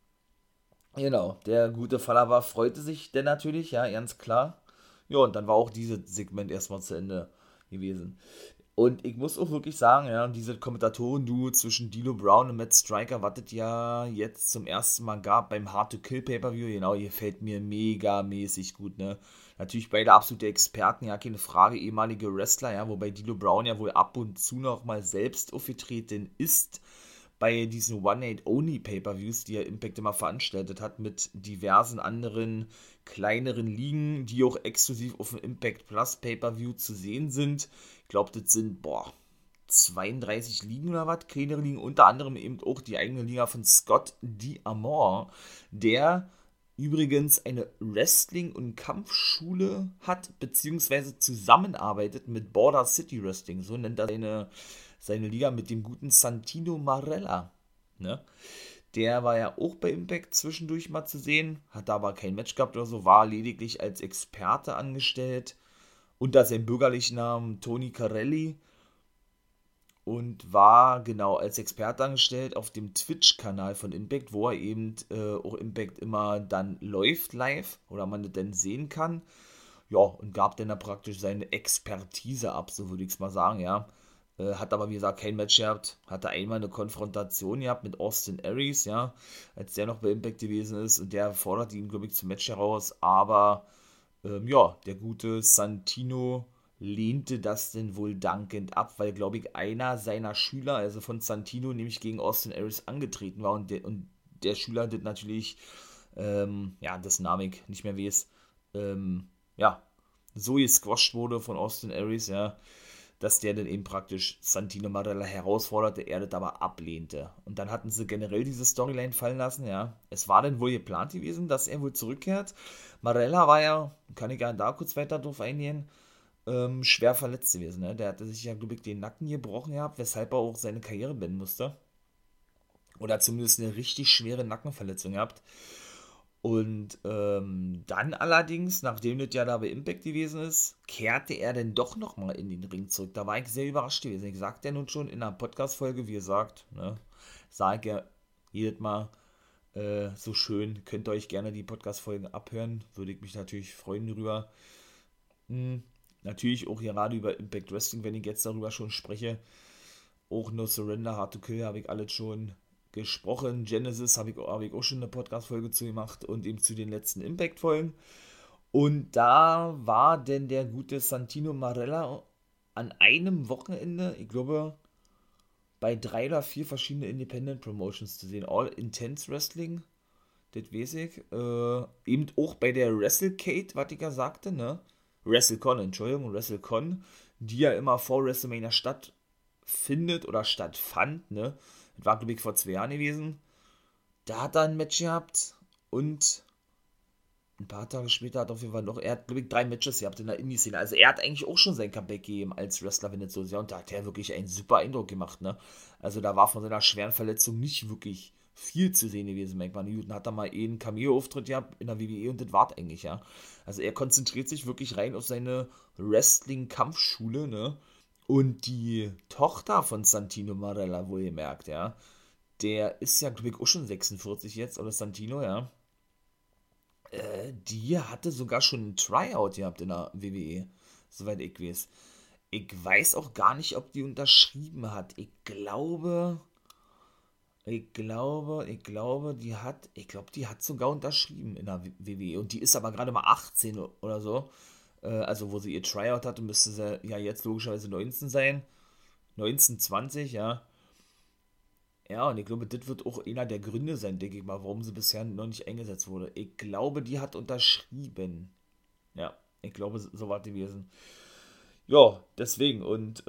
genau, der gute Falaba freute sich denn natürlich, ja, ganz klar. Ja, und dann war auch dieses Segment erstmal zu Ende gewesen. Und ich muss auch wirklich sagen, ja, diese Kommentatoren-Duo zwischen D'Lo Brown und Matt Striker, was es ja jetzt zum ersten Mal gab beim Hard to Kill Pay-Per-View, genau, gefällt mir mega mäßig gut, ne. Natürlich beide absolute Experten, ja, keine Frage, ehemalige Wrestler, ja, wobei D'Lo Brown ja wohl ab und zu noch mal selbst aufgetreten ist bei diesen One-Night-Only-Pay-Per-Views, die er Impact immer veranstaltet hat, mit diversen anderen kleineren Ligen, die auch exklusiv auf dem Impact Plus Pay-Per-View zu sehen sind. Ich glaube, das sind, 32 Ligen oder was, kleinere Ligen, unter anderem eben auch die eigene Liga von Scott D'Amore, der übrigens eine Wrestling- und Kampfschule hat, beziehungsweise zusammenarbeitet mit Border City Wrestling, so nennt er seine Liga mit dem guten Santino Marella, ne? Der war ja auch bei Impact zwischendurch mal zu sehen, hat da aber kein Match gehabt oder so, war lediglich als Experte angestellt, unter seinem bürgerlichen Namen Tony Carelli und war genau als Experte angestellt auf dem Twitch-Kanal von Impact, wo er eben auch Impact immer dann läuft live oder man das dann sehen kann. Ja, und gab dann da praktisch seine Expertise ab, so würde ich es mal sagen, ja. Hat aber, wie gesagt, kein Match gehabt. Hatte einmal eine Konfrontation gehabt mit Austin Aries, ja, als der noch bei Impact gewesen ist. Und der forderte ihn, glaube ich, zum Match heraus. Aber, ja, der gute Santino lehnte das denn wohl dankend ab, weil, glaube ich, einer seiner Schüler, also von Santino, nämlich gegen Austin Aries angetreten war. Und der Schüler das natürlich, ja, dessen Name ich nicht mehr weiß, ja, so gesquasht wurde von Austin Aries, ja, dass der dann eben praktisch Santino Marella herausforderte, er das aber ablehnte. Und dann hatten sie generell diese Storyline fallen lassen, ja. Es war dann wohl geplant gewesen, dass er wohl zurückkehrt. Marella war ja, kann ich ja da kurz weiter drauf eingehen, schwer verletzt gewesen, ne. Der hatte sich ja, glaube ich, den Nacken gebrochen gehabt, weshalb er auch seine Karriere beenden musste. Oder zumindest eine richtig schwere Nackenverletzung gehabt. Und dann allerdings, nachdem das ja da bei Impact gewesen ist, kehrte er dann doch nochmal in den Ring zurück. Da war ich sehr überrascht gewesen. Ich sagte ja nun schon in einer Podcast-Folge, wie gesagt, ne, sage ja jedes Mal so schön, könnt ihr euch gerne die Podcast-Folgen abhören. Würde ich mich natürlich freuen darüber. Hm, natürlich auch gerade über Impact Wrestling, wenn ich jetzt darüber schon spreche. Auch No Surrender, Hard to Kill habe ich alles schon gesprochen. Genesis habe ich auch schon eine Podcast-Folge zu gemacht und eben zu den letzten Impact-Folgen. Und da war denn der gute Santino Marella an einem Wochenende, ich glaube, bei 3 oder 4 verschiedene Independent Promotions zu sehen. All Intense Wrestling, das weiß ich. Eben auch bei der WrestleCade, was ich ja sagte, ne? WrestleCon, Entschuldigung, WrestleCon. die ja immer vor WrestleMania stattfindet oder stattfand, ne? Das war, glaube ich, vor 2 Jahren gewesen. Da hat er ein Match gehabt und ein paar Tage später hat auf jeden Fall noch, er hat, glaube ich, 3 Matches gehabt in der Indie-Szene. Also er hat eigentlich auch schon sein Comeback gegeben als Wrestler, wenn das so ist. Ja, und da hat er wirklich einen super Eindruck gemacht, ne? Also da war von seiner schweren Verletzung nicht wirklich viel zu sehen gewesen. Mike Newton hat da mal einen Cameo-Auftritt gehabt in der WWE und das war's eigentlich, ja. Also er konzentriert sich wirklich rein auf seine Wrestling-Kampfschule, ne? Und die Tochter von Santino Marella, wohlgemerkt, ja, der ist ja, glaube ich, auch schon 46 jetzt, oder Santino, ja. Die hatte sogar schon ein Tryout gehabt in der WWE, soweit ich weiß. Ich weiß auch gar nicht, ob die unterschrieben hat. Die hat sogar unterschrieben in der WWE. Und die ist aber gerade mal 18 oder so. Also, wo sie ihr Tryout hatte, müsste sie ja jetzt logischerweise 19 sein. 19, 20, ja. Ja, und ich glaube, das wird auch einer der Gründe sein, denke ich mal, warum sie bisher noch nicht eingesetzt wurde. Ich glaube, die hat unterschrieben. Ja, ich glaube, so war es gewesen. Ja, deswegen. Und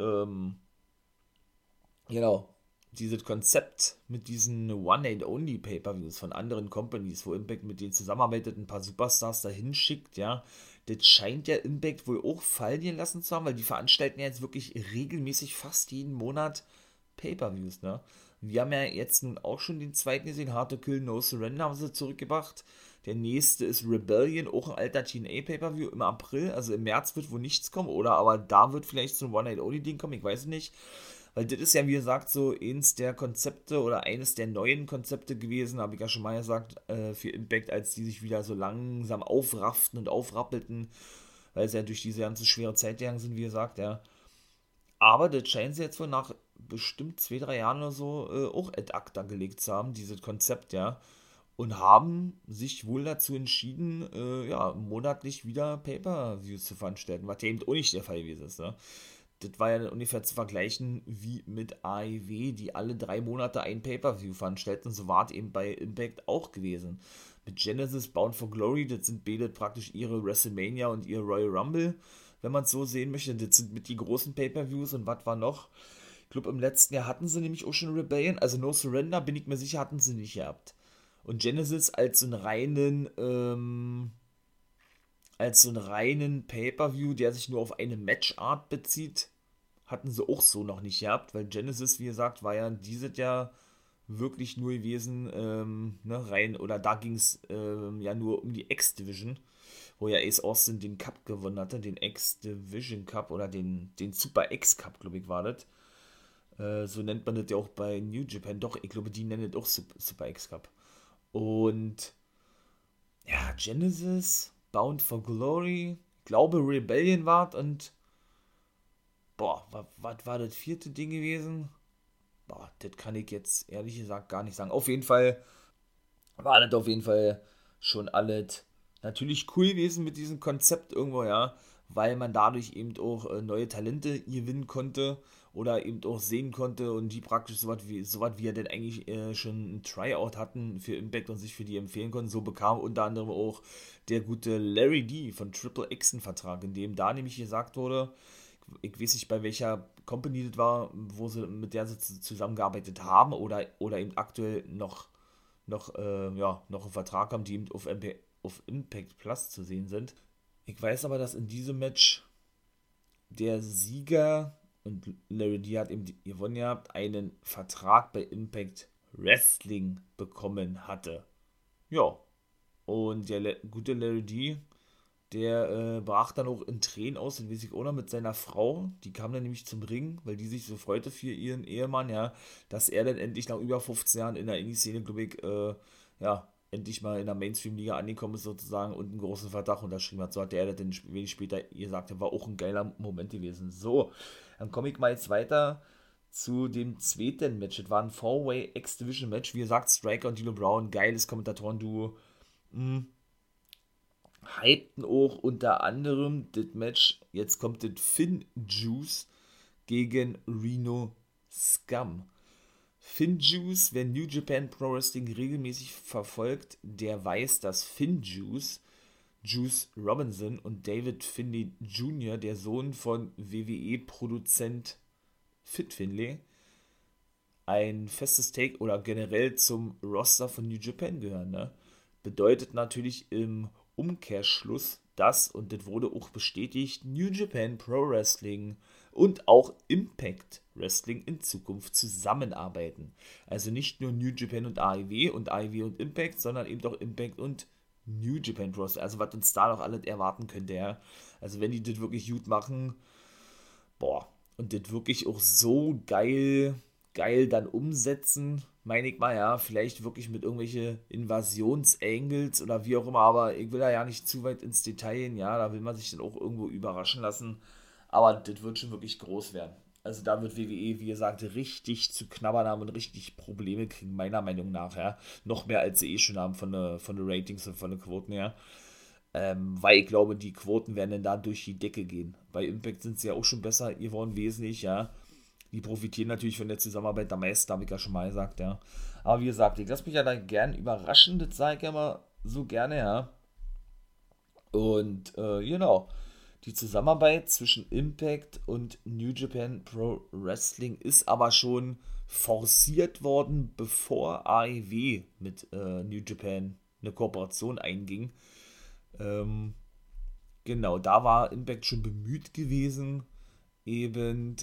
genau, dieses Konzept mit diesen One-Night-Only Pay-Per-Views von anderen Companies, wo Impact mit denen zusammenarbeitet, ein paar Superstars dahin schickt, ja, das scheint ja Impact wohl auch fallen lassen zu haben, weil die veranstalten ja jetzt wirklich regelmäßig fast jeden Monat Pay-Per-Views, ne? Wir haben ja jetzt nun auch schon den zweiten gesehen, Hard to Kill, No Surrender haben sie zurückgebracht. Der nächste ist Rebellion, auch ein alter TNA Pay-Per-View im April, also im März wird wohl nichts kommen, oder aber da wird vielleicht so ein One-Night-Only-Ding kommen, ich weiß es nicht. Weil das ist ja, wie gesagt, so eins der Konzepte oder eines der neuen Konzepte gewesen, habe ich ja schon mal gesagt, für Impact, als die sich wieder so langsam aufrafften und aufrappelten, weil sie ja durch diese ganze schwere Zeit gegangen sind, wie gesagt, ja. Aber das scheinen sie jetzt wohl nach bestimmt 2, 3 Jahren oder so auch ad acta gelegt zu haben, dieses Konzept, ja. Und haben sich wohl dazu entschieden, ja, monatlich wieder Pay-Per-Views zu veranstalten, was ja eben auch nicht der Fall gewesen ist, ne? Das war ja ungefähr zu vergleichen wie mit AEW, die alle 3 Monate ein Pay-Per-View veranstalten. Und so war es eben bei Impact auch gewesen. Mit Genesis, Bound for Glory, das sind beide praktisch ihre WrestleMania und ihr Royal Rumble, wenn man es so sehen möchte. Das sind mit die großen Pay-Per-Views. Und was war noch? Ich glaube, im letzten Jahr hatten sie nämlich auch schon Rebellion. Also No Surrender, bin ich mir sicher, hatten sie nicht gehabt. Und Genesis als so einen reinen Pay-Per-View, der sich nur auf eine Matchart bezieht, hatten sie auch so noch nicht gehabt, weil Genesis, wie gesagt, war ja dieses Jahr wirklich nur gewesen, ne, rein, oder da ging es ja nur um die X-Division, wo ja Ace Austin den Cup gewonnen hatte, den X-Division Cup oder den Super X-Cup, glaube ich, war das. So nennt man das ja auch bei New Japan. Doch, ich glaube, die nennen das auch Super X-Cup. Und ja, Genesis, Bound for Glory, glaube Rebellion war und boah, was war das vierte Ding gewesen? Boah, das kann ich jetzt ehrlich gesagt gar nicht sagen. Auf jeden Fall war das auf jeden Fall schon alles natürlich cool gewesen mit diesem Konzept irgendwo, ja, weil man dadurch eben auch neue Talente gewinnen konnte oder eben auch sehen konnte und die praktisch so was wie er denn eigentlich schon ein Tryout hatten für Impact und sich für die empfehlen konnten. So bekam unter anderem auch der gute Larry D von Triple X einen Vertrag, in dem da nämlich gesagt wurde, ich weiß nicht, bei welcher Company das war, mit der sie zusammengearbeitet haben oder eben aktuell noch einen Vertrag haben, die eben auf Impact Plus zu sehen sind. Ich weiß aber, dass in diesem Match der Sieger, und Larry D hat eben gewonnen gehabt, einen Vertrag bei Impact Wrestling bekommen hatte. Ja, und der gute Larry D, der brach dann auch in Tränen aus, und weiß ich auch noch, mit seiner Frau. Die kam dann nämlich zum Ring, weil die sich so freute für ihren Ehemann, ja, dass er dann endlich nach über 15 Jahren in der Indie-Szene, glaube ich, ja, endlich mal in der Mainstream-Liga angekommen ist sozusagen und einen großen Vertrag unterschrieben hat. So hat er das dann wenig später gesagt, war auch ein geiler Moment gewesen. So, dann komme ich mal jetzt weiter zu dem zweiten Match. Das war ein Four-Way X-Division-Match. Wie gesagt, Striker und D'Lo Brown, geiles Kommentatoren-Duo. Hypten auch unter anderem das Match, jetzt kommt das Finn Juice gegen Reno Scum. Finn Juice, wer New Japan Pro Wrestling regelmäßig verfolgt, der weiß, dass Finn Juice Juice Robinson und David Finlay Jr., der Sohn von WWE-Produzent Fit Finlay, ein festes Take oder generell zum Roster von New Japan gehören. Ne? Bedeutet natürlich im Umkehrschluss, dass, und das wurde auch bestätigt, New Japan Pro Wrestling und auch Impact Wrestling in Zukunft zusammenarbeiten. Also nicht nur New Japan und AEW und Impact, sondern eben auch Impact und New Japan Pro Wrestling. Also was uns da noch alles erwarten könnte, ja. Also wenn die das wirklich gut machen, boah, und das wirklich auch so geil dann umsetzen, meine ich mal, ja, vielleicht wirklich mit irgendwelche Invasionsangles oder wie auch immer, aber ich will da ja nicht zu weit ins Detail gehen, ja, da will man sich dann auch irgendwo überraschen lassen, aber das wird schon wirklich groß werden. Also da wird WWE, wie gesagt, richtig zu knabbern haben und richtig Probleme kriegen, meiner Meinung nach, ja. Noch mehr als sie eh schon haben von den Ratings und von den Quoten her. Weil ich glaube, die Quoten werden dann da durch die Decke gehen. Bei Impact sind sie ja auch schon besser geworden, wesentlich, ja. Die profitieren natürlich von der Zusammenarbeit am meisten, habe ich ja schon mal gesagt, ja. Aber wie gesagt, ich lasse mich ja da gern überraschen, das sage ich ja immer so gerne, ja. Und genau, die Zusammenarbeit zwischen Impact und New Japan Pro Wrestling ist aber schon forciert worden, bevor AEW mit New Japan eine Kooperation einging. Ähm, genau, da war Impact schon bemüht gewesen, eben,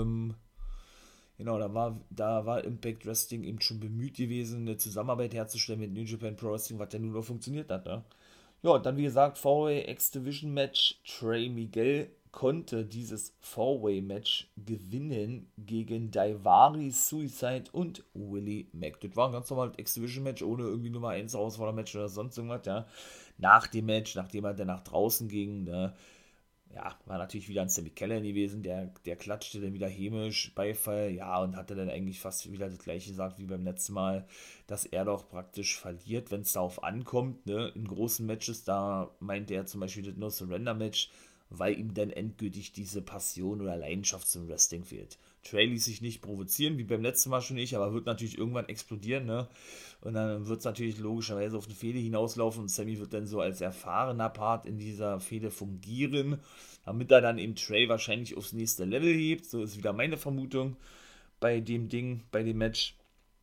genau, da war Impact Wrestling eben schon bemüht gewesen, eine Zusammenarbeit herzustellen mit New Japan Pro Wrestling, was ja nur noch funktioniert hat, ne? Ja, und dann wie gesagt, Four-Way X-Division Match. Trey Miguel konnte dieses Four-Way-Match gewinnen gegen Daivari, Suicide und Willie Mack. Das war ein ganz normales X-Division-Match, ohne irgendwie Nummer 1 Herausforderer-Match oder sonst irgendwas, ja. Nach dem Match, nachdem er dann nach draußen ging, ne, ja, war natürlich wieder ein Sami Callihan gewesen, der klatschte dann wieder hämisch, Beifall, ja, und hatte dann eigentlich fast wieder das gleiche gesagt wie beim letzten Mal, dass er doch praktisch verliert, wenn es darauf ankommt, ne, in großen Matches, da meinte er zum Beispiel das No-Surrender-Match, weil ihm dann endgültig diese Passion oder Leidenschaft zum Wrestling fehlt. Trey ließ sich nicht provozieren, wie beim letzten Mal schon nicht, aber wird natürlich irgendwann explodieren, ne? Und dann wird es natürlich logischerweise auf eine Fehde hinauslaufen und Sammy wird dann so als erfahrener Part in dieser Fehde fungieren, damit er dann eben Trey wahrscheinlich aufs nächste Level hebt. So ist wieder meine Vermutung bei dem Ding, bei dem Match.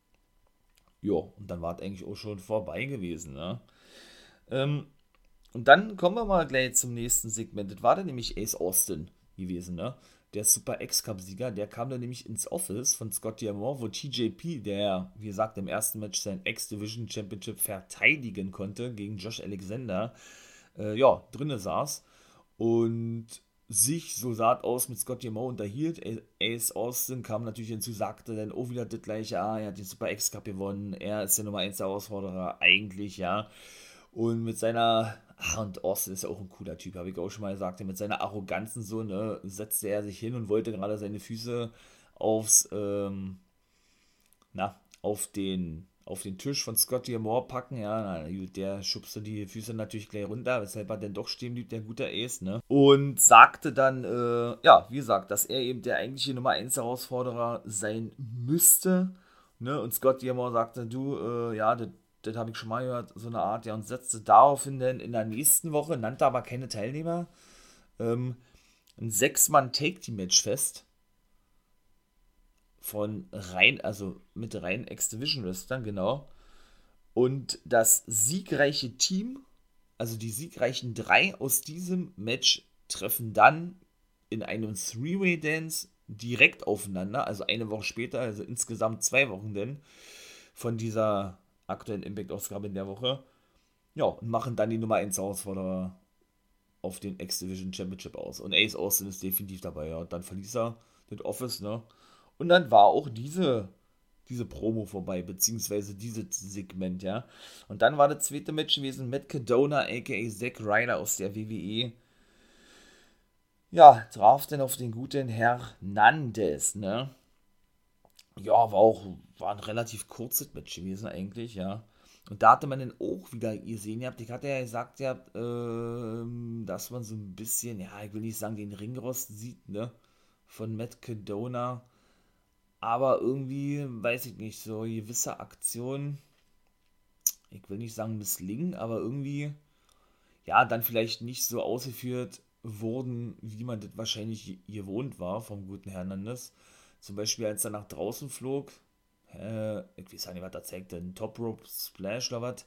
Ja, und dann war es eigentlich auch schon vorbei gewesen, ne? Ähm, und dann kommen wir mal gleich zum nächsten Segment. Das war dann nämlich Ace Austin gewesen, ne? Der Super X-Cup-Sieger, der kam dann nämlich ins Office von Scott D'Amore, wo TJP, der, wie gesagt, im ersten Match sein X-Division Championship verteidigen konnte gegen Josh Alexander, ja, drinne saß und sich, so sah es aus, mit Scott D'Amore unterhielt. Ace Austin kam natürlich hinzu, sagte dann auch wieder das gleiche, er hat den Super X-Cup gewonnen, er ist der Nummer 1 Herausforderer, eigentlich, ja. Und mit seiner, und Austin ist ja auch ein cooler Typ, habe ich auch schon mal gesagt, mit seiner Arroganzen so, ne, setzte er sich hin und wollte gerade seine Füße aufs, auf den Tisch von Scotty Moore packen, ja, na gut, der schubste die Füße natürlich gleich runter, weshalb er dann doch stehen blieb, der gute Ace, ne, und sagte dann, ja, wie gesagt, dass er eben der eigentliche Nummer 1 Herausforderer sein müsste, ne, und Scotty Moore sagte, du, ja, das habe ich schon mal gehört, so eine Art, ja, und setzte daraufhin dann in der nächsten Woche, nannte aber keine Teilnehmer, ein 6-Mann-Take-Team-Match fest, von rein, also mit rein X-Division-Wrestlern, genau. Und das siegreiche Team, also die siegreichen 3 aus diesem Match, treffen dann in einem Three-Way-Dance direkt aufeinander, also eine Woche später, also insgesamt 2 Wochen denn, von dieser aktuellen Impact-Ausgabe in der Woche. Ja, und machen dann die Nummer 1 Herausforderer auf den X-Division Championship aus. Und Ace Austin ist definitiv dabei, ja. Und dann verließ er das Office, ne? Und dann war auch diese Promo vorbei, beziehungsweise dieses Segment, ja. Und dann war das zweite Match gewesen, Matt Cadona, a.k.a. Zack Ryder aus der WWE. Ja, traf dann auf den guten Hernandez, ne. Ja, war ein relativ kurzes Match gewesen eigentlich, ja. Und da hatte man dann auch wieder gesehen, ich hatte ja gesagt, dass man so ein bisschen, ja, ich will nicht sagen, den Ringrost sieht, ne, von Matt Cadona, aber irgendwie, weiß ich nicht, so gewisse Aktionen, ich will nicht sagen misslingen, aber irgendwie, ja, dann vielleicht nicht so ausgeführt wurden, wie man das wahrscheinlich gewohnt war vom guten Hernandez. Zum Beispiel, als er nach draußen flog, ich weiß nicht, was er zeigte, ein Top Rope Splash oder was,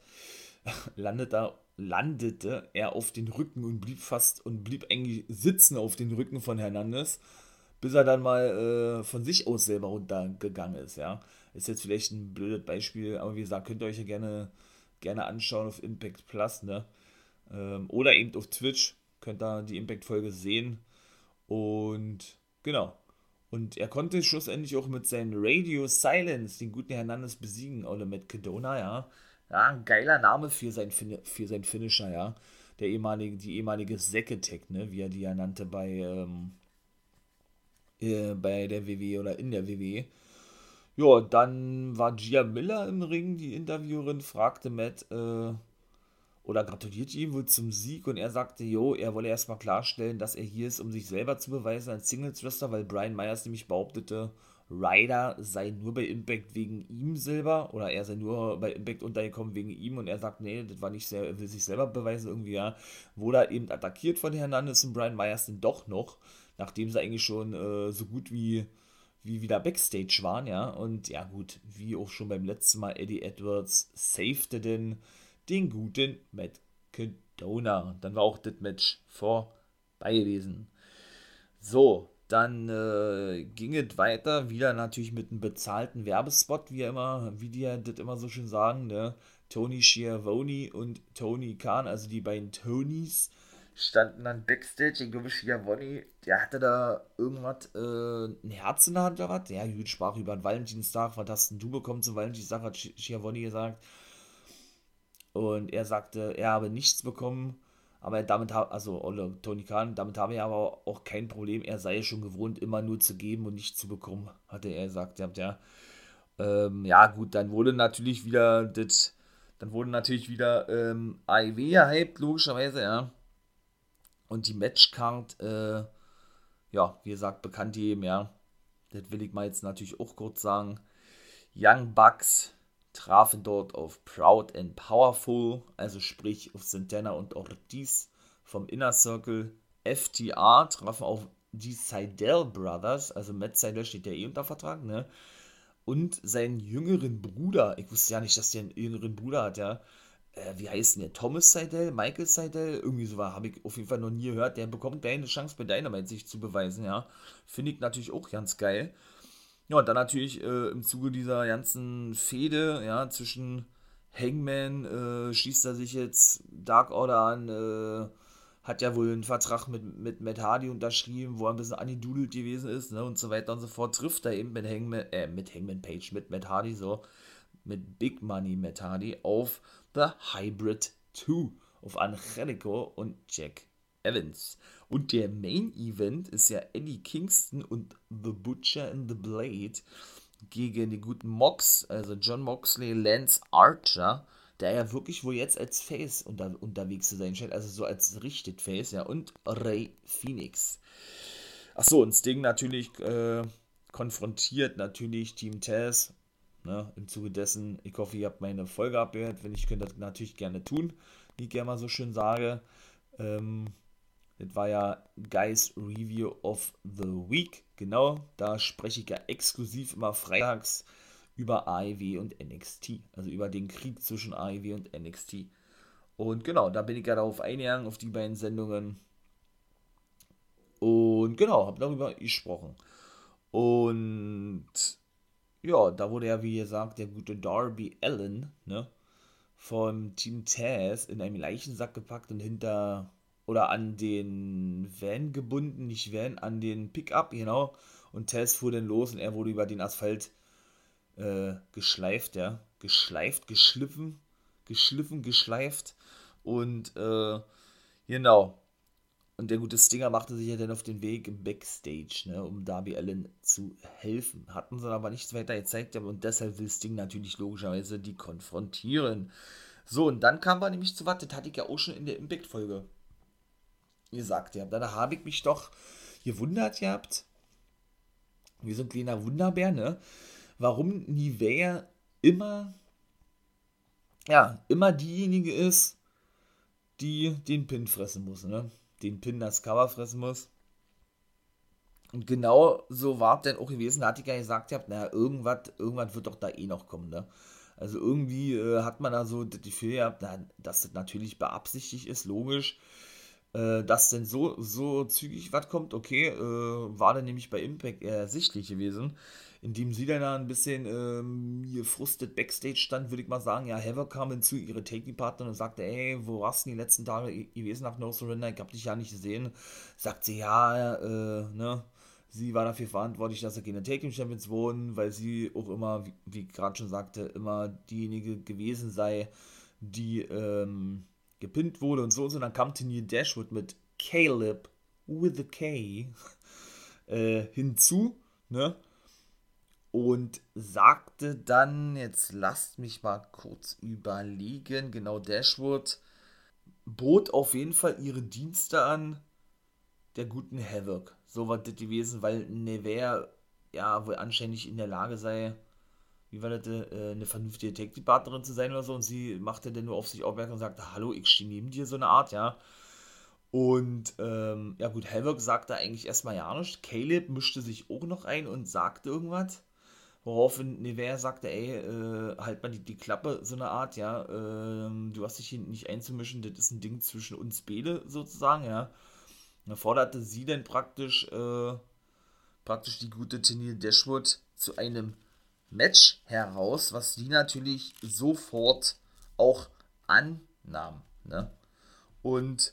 landete er auf den Rücken und blieb eigentlich sitzen auf den Rücken von Hernandez, bis er dann mal von sich aus selber runtergegangen ist, ja. Ist jetzt vielleicht ein blödes Beispiel, aber wie gesagt, könnt ihr euch ja gerne anschauen auf Impact Plus, ne? Oder eben auf Twitch, könnt ihr die Impact-Folge sehen. Und genau. Und er konnte schlussendlich auch mit seinem Radio Silence den guten Hernandez besiegen, oder Matt Cadona, ja. Ja, ein geiler Name für sein Finisher, ja. Die ehemalige Zack Attack, ne, wie er die ja nannte bei der WWE oder in der WWE. Ja, dann war Gia Miller im Ring, die Interviewerin, fragte Matt, oder gratulierte ihm wohl zum Sieg und er sagte, jo, er wolle erstmal klarstellen, dass er hier ist, um sich selber zu beweisen als Singles-Wrestler, weil Brian Myers nämlich behauptete, Ryder sei nur bei Impact wegen ihm selber oder er sei nur bei Impact untergekommen wegen ihm und er sagt, nee, das war nicht sehr, er will sich selber beweisen irgendwie, ja, wurde er eben attackiert von Hernandez und Brian Myers dann doch noch, nachdem sie eigentlich schon so gut wie wieder Backstage waren, ja, und ja gut, wie auch schon beim letzten Mal, Eddie Edwards safete den guten Matt Cadona. Dann war auch das Match vorbei gewesen. So, dann ging es weiter, wieder natürlich mit einem bezahlten Werbespot, wie die ja das immer so schön sagen, ne? Tony Schiavone und Tony Khan, also die beiden Tonys, standen dann Backstage. Ich glaube, Schiavone, der hatte da irgendwas, ein Herz in der Hand oder was? Ja, gut, sprach über den Valentinstag, was hast denn du bekommen zum Valentinstag, hat Schiavone gesagt. Und er sagte, er habe nichts bekommen, aber also Ole Tony Khan, damit habe er aber auch kein Problem. Er sei schon gewohnt, immer nur zu geben und nicht zu bekommen, hatte er gesagt. Ja, ja gut, dann wurde natürlich wieder AEW gehypt, logischerweise, ja. Und die Matchcard, ja, wie gesagt, bekannt jedem, ja. Das will ich mal jetzt natürlich auch kurz sagen. Young Bucks trafen dort auf Proud and Powerful, also sprich auf Santana und Ortiz vom Inner Circle. FTR trafen auf die Seidel Brothers, also Matt Seidel steht ja eh unter Vertrag, ne? Und seinen jüngeren Bruder, ich wusste ja nicht, dass der einen jüngeren Bruder hat, ja. Wie heißt denn der? Thomas Seidel? Michael Seidel? Irgendwie so war, habe ich auf jeden Fall noch nie gehört. Der bekommt gleich eine Chance bei Dynamite sich zu beweisen, ja. Finde ich natürlich auch ganz geil. Ja, und dann natürlich im Zuge dieser ganzen Fehde, ja, zwischen Hangman, schießt er sich jetzt Dark Order an, hat ja wohl einen Vertrag mit Matt Hardy unterschrieben, wo er ein bisschen angedudelt gewesen ist, ne, und so weiter und so fort, trifft er eben mit Hangman Page, mit Matt Hardy so, mit Big Money Matt Hardy auf The Hybrid 2, auf Angelico und Jack Evans. Und der Main Event ist ja Eddie Kingston und The Butcher and the Blade gegen den guten Mox, also John Moxley, Lance Archer, der ja wirklich wohl jetzt als Face unterwegs zu sein scheint, also so als richtet Face, ja, und Rey Phoenix. Achso, und Sting natürlich konfrontiert natürlich Team Taz, ne, im Zuge dessen, ich hoffe, ihr habt meine Folge abgehört, wenn nicht, könnt ihr das natürlich gerne tun, wie ich gerne mal so schön sage. Das war ja Guys Review of the Week. Genau, da spreche ich ja exklusiv immer freitags über AEW und NXT. Also über den Krieg zwischen AEW und NXT. Und genau, da bin ich ja darauf eingegangen, auf die beiden Sendungen. Und genau, habe darüber gesprochen. Und ja, da wurde ja, wie gesagt, der gute Darby Allin, ne, vom Team Taz in einem Leichensack gepackt und oder an den Van gebunden, nicht Van, an den Pickup, genau. Und Taz fuhr dann los und er wurde über den Asphalt geschleift, ja. Geschliffen, geschleift. Und genau. Und der gute Stinger machte sich ja dann auf den Weg im Backstage, ne, um Darby Allin zu helfen. Hatten sie aber nichts weiter gezeigt, und deshalb will Sting natürlich logischerweise die konfrontieren. So, und dann kam wir nämlich zu was, das hatte ich ja auch schon in der Impact-Folge gesagt, ja. Da habe ich mich doch gewundert gehabt, wie so ein kleiner Wunderbär, ne, warum Nivea immer diejenige ist, die den Pin fressen muss, ne? Den Pin das Cover fressen muss. Und genau so war es dann auch gewesen, da hatte ich ja gesagt, naja, irgendwas wird doch da eh noch kommen, ne? Also irgendwie hat man da so das Gefühl gehabt, dass das natürlich beabsichtigt ist, logisch, dass denn so zügig was kommt, okay, war dann nämlich bei Impact eher ersichtlich gewesen, indem sie dann da ein bisschen gefrustet Backstage stand, würde ich mal sagen, ja, Havoc kam hinzu, ihre Taking-Partnerin und sagte, ey, wo warst du die letzten Tage gewesen nach No Surrender, ich hab dich ja nicht gesehen, sagt sie, ja, ne, sie war dafür verantwortlich, dass er keine Taking Champions wurden, weil sie auch immer, wie ich gerade schon sagte, immer diejenige gewesen sei, die gepinnt wurde und so und so. Und dann kam Tennille Dashwood mit Caleb with a K hinzu, ne? Und sagte dann, jetzt lasst mich mal kurz überlegen, genau, Dashwood bot auf jeden Fall ihre Dienste an der guten Havoc. So war das gewesen, weil Nevea ja wohl anscheinend in der Lage sei, wie war das, eine vernünftige Tag-Partnerin zu sein oder so, und sie machte dann nur auf sich aufmerksam und sagte, hallo, ich stehe neben dir, so eine Art, ja. Und, ja gut, Havoc sagte eigentlich erstmal ja nichts. Caleb mischte sich auch noch ein und sagte irgendwas. Woraufhin Nevea sagte, ey, halt mal die Klappe, so eine Art, ja. Du hast dich hier nicht einzumischen, das ist ein Ding zwischen uns beide, sozusagen, ja. Da forderte sie dann praktisch die gute Tennille Dashwood zu einem Match heraus, was die natürlich sofort auch annahm. Ne? Und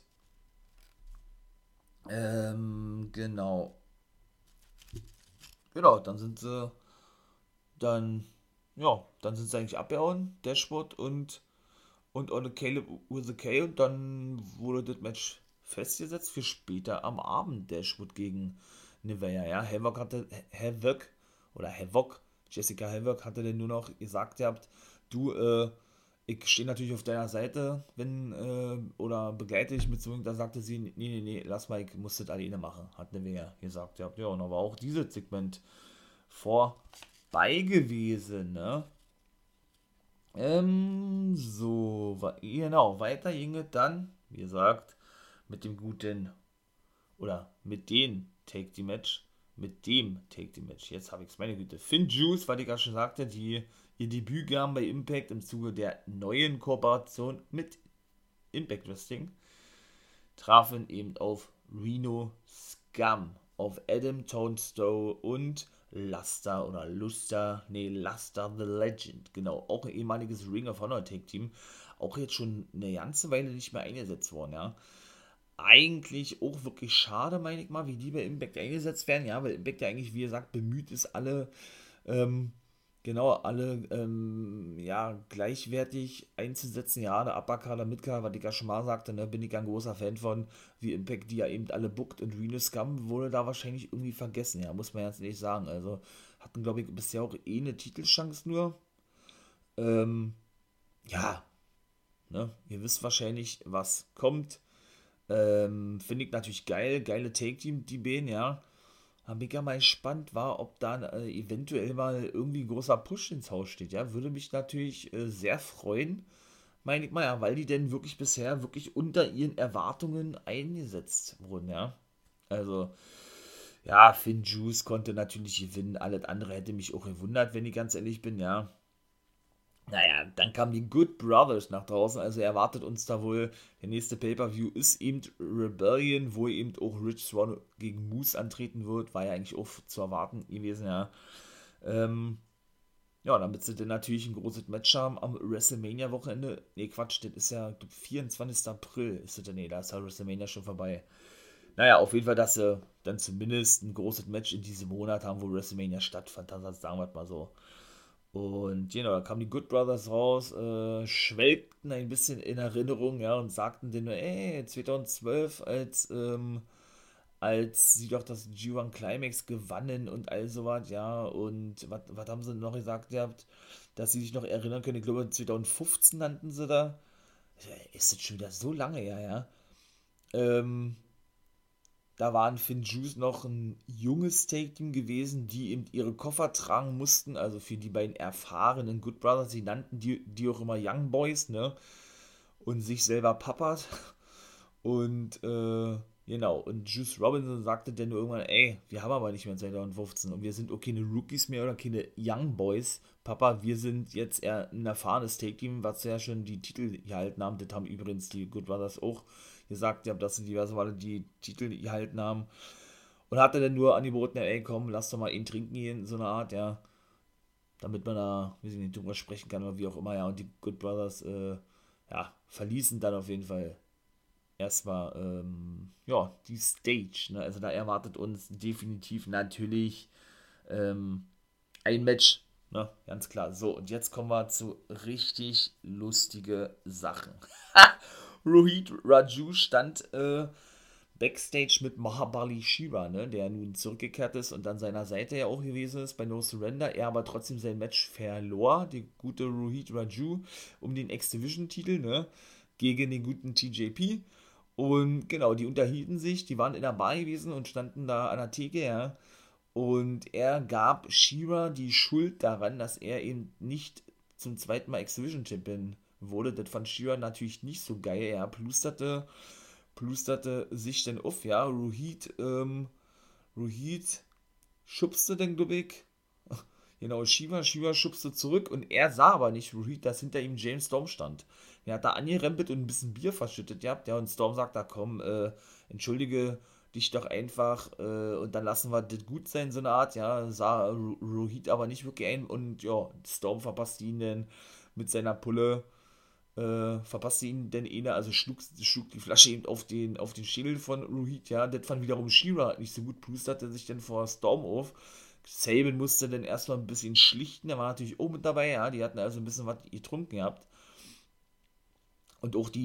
genau. Genau, dann, dann sind sie eigentlich abgehauen, Dashwood und ohne Caleb with a K, und dann wurde das Match festgesetzt für später am Abend. Dashwood gegen Nevea, ja. Havoc, Jessica Havoc hatte dann nur noch gesagt gehabt, du, ich stehe natürlich auf deiner Seite, wenn, oder begleite dich mit so, da sagte sie, nee, lass mal, ich muss das alleine machen, hat Nevea gesagt, ja, und da war auch dieses Segment vorbei gewesen, ne? So, genau, weiter ging es dann, wie gesagt, mit dem guten, oder mit dem Take the Match, jetzt habe ich es, meine Güte, Finn Juice, weil ich gerade schon sagte, die ihr Debüt gaben bei Impact im Zuge der neuen Kooperation mit Impact Wrestling, trafen eben auf Reno Scum, auf Adam Tonestowe und Luster the Legend, genau, auch ein ehemaliges Ring of Honor Tag Team, auch jetzt schon eine ganze Weile nicht mehr eingesetzt worden, ja. Eigentlich auch wirklich schade, meine ich mal, wie die bei Impact eingesetzt werden, ja, weil Impact ja eigentlich, wie gesagt, bemüht ist, ähm, alle, ja, gleichwertig einzusetzen. Ja, der Upper-Card, der Mid-Card, was ich ja schon mal sagte, ne, bin ich ein großer Fan von, wie Impact die ja eben alle bookt, und Reno Scum wurde da wahrscheinlich irgendwie vergessen, ja, muss man jetzt nicht sagen. Also hatten, glaube ich, bisher auch eh eine Titelchance nur. Ähm, ja, ne, ihr wisst wahrscheinlich, was kommt. Finde ich natürlich geil, geile Take-Team, die beiden, ja. Aber mega mal gespannt war, ob da eventuell mal irgendwie ein großer Push ins Haus steht, ja. Würde mich natürlich sehr freuen, meine ich mal, ja, weil die denn wirklich bisher wirklich unter ihren Erwartungen eingesetzt wurden, ja. Also, ja, Finn Juice konnte natürlich gewinnen, alles andere hätte mich auch gewundert, wenn ich ganz ehrlich bin, ja. Naja, dann kamen die Good Brothers nach draußen, also erwartet uns da wohl, der nächste Pay-Per-View ist eben Rebellion, wo eben auch Rich Swann gegen Moose antreten wird, war ja eigentlich auch zu erwarten gewesen, ja. Ähm, ja, damit sie dann natürlich ein großes Match haben am WrestleMania-Wochenende. Nee, Quatsch, das ist ja, ich glaub, 24. April ist das, nee, da ist ja WrestleMania schon vorbei. Naja, auf jeden Fall, dass sie dann zumindest ein großes Match in diesem Monat haben, wo WrestleMania stattfand, das sagen wir mal so. Und genau, da kamen die Good Brothers raus, schwelgten ein bisschen in Erinnerung, ja, und sagten denen, ey, 2012, als sie doch das G1 Climax gewannen und all sowas, ja, und was haben sie noch gesagt gehabt, dass sie sich noch erinnern können, ich glaube 2015 nannten sie da, ist das schon wieder so lange her, ja, ähm, da waren Finn Juice noch ein junges Take-Team gewesen, die eben ihre Koffer tragen mussten, also für die beiden erfahrenen Good Brothers, sie nannten die auch immer Young Boys, ne? und sich selber pappert. Und genau, und Juice Robinson sagte dann irgendwann, ey, wir haben aber nicht mehr 2015 und wir sind auch keine Rookies mehr oder keine Young Boys. Papa, wir sind jetzt eher ein erfahrenes Take-Team, was ja schon die Titel gehalten haben. Das haben übrigens die Good Brothers auch gesagt, ja, dass sie diverse Male die Titel gehalten haben. Und hat er dann nur angeboten, ey, komm, lass doch mal ihn trinken gehen, so eine Art, ja, damit man da, wie sie nicht drüber sprechen kann oder wie auch immer, ja. Und die Good Brothers, ja, verließen dann auf jeden Fall erstmal ja, die Stage. Ne? Also da erwartet uns definitiv natürlich ähm, ein Match. Ne? Ganz klar. So, und jetzt kommen wir zu richtig lustige Sachen. Rohit Raju stand Backstage mit Mahabali Shiva, ne, der nun zurückgekehrt ist und an seiner Seite ja auch gewesen ist bei No Surrender. Er aber trotzdem sein Match verlor, die gute Rohit Raju, um den X-Division-Titel, ne, gegen den guten TJP. Und genau, die unterhielten sich, die waren in der Bar gewesen und standen da an der Theke, ja. Und er gab Shira die Schuld daran, dass er eben nicht zum zweiten Mal X-Division Champion wurde. Das fand Shira natürlich nicht so geil. Er plusterte sich dann auf, ja. Rohit schubste dann, glaube ich. Genau, Shiva schubste zurück und er sah aber nicht Rohit, dass hinter ihm James Storm stand. Er hat da angerempelt und ein bisschen Bier verschüttet, ja. Und Storm sagt da, komm, entschuldige dich doch einfach und dann lassen wir das gut sein, so eine Art, ja. Sah Rohit aber nicht wirklich ein und ja, Storm verpasste ihn dann mit seiner Pulle verpasste ihn denn also schlug die Flasche eben auf den Schädel von Rohit, ja, das fand wiederum She-Ra nicht so gut, plusterte sich dann vor Storm auf. Sabin musste dann erstmal ein bisschen schlichten, der war natürlich auch mit dabei, ja, die hatten also ein bisschen was getrunken gehabt. Und auch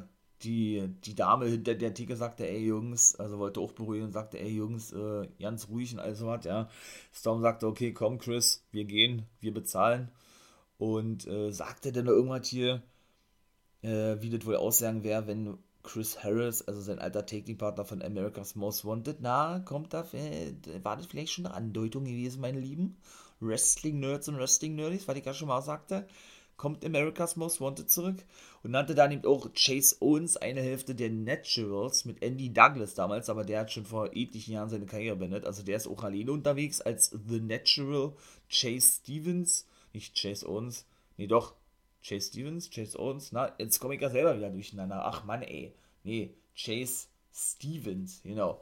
die Dame hinter der Theke sagte, ey Jungs, also wollte auch beruhigen und sagte, ey Jungs, ganz ruhig und alles so was, ja. Storm sagte, okay, komm Chris, wir gehen, wir bezahlen. Und sagte dann irgendwas hier, wie das wohl aussagen wäre, wenn Chris Harris, also sein alter Take-Team-Partner von America's Most Wanted, na, war das vielleicht schon eine Andeutung gewesen, meine Lieben? Wrestling-Nerds und Wrestling-Nerds, was ich ja schon mal sagte, kommt America's Most Wanted zurück und nannte dann eben auch Chase Owens eine Hälfte der Naturals mit Andy Douglas damals, aber der hat schon vor etlichen Jahren seine Karriere beendet, also der ist auch alleine unterwegs als The Natural Chase Stevens, nicht Chase Owens, nee doch, Chase Stevens, Chase Owens, na, jetzt komme ich ja selber wieder durcheinander. Ach Mann, ey. Nee, Chase Stevens, genau.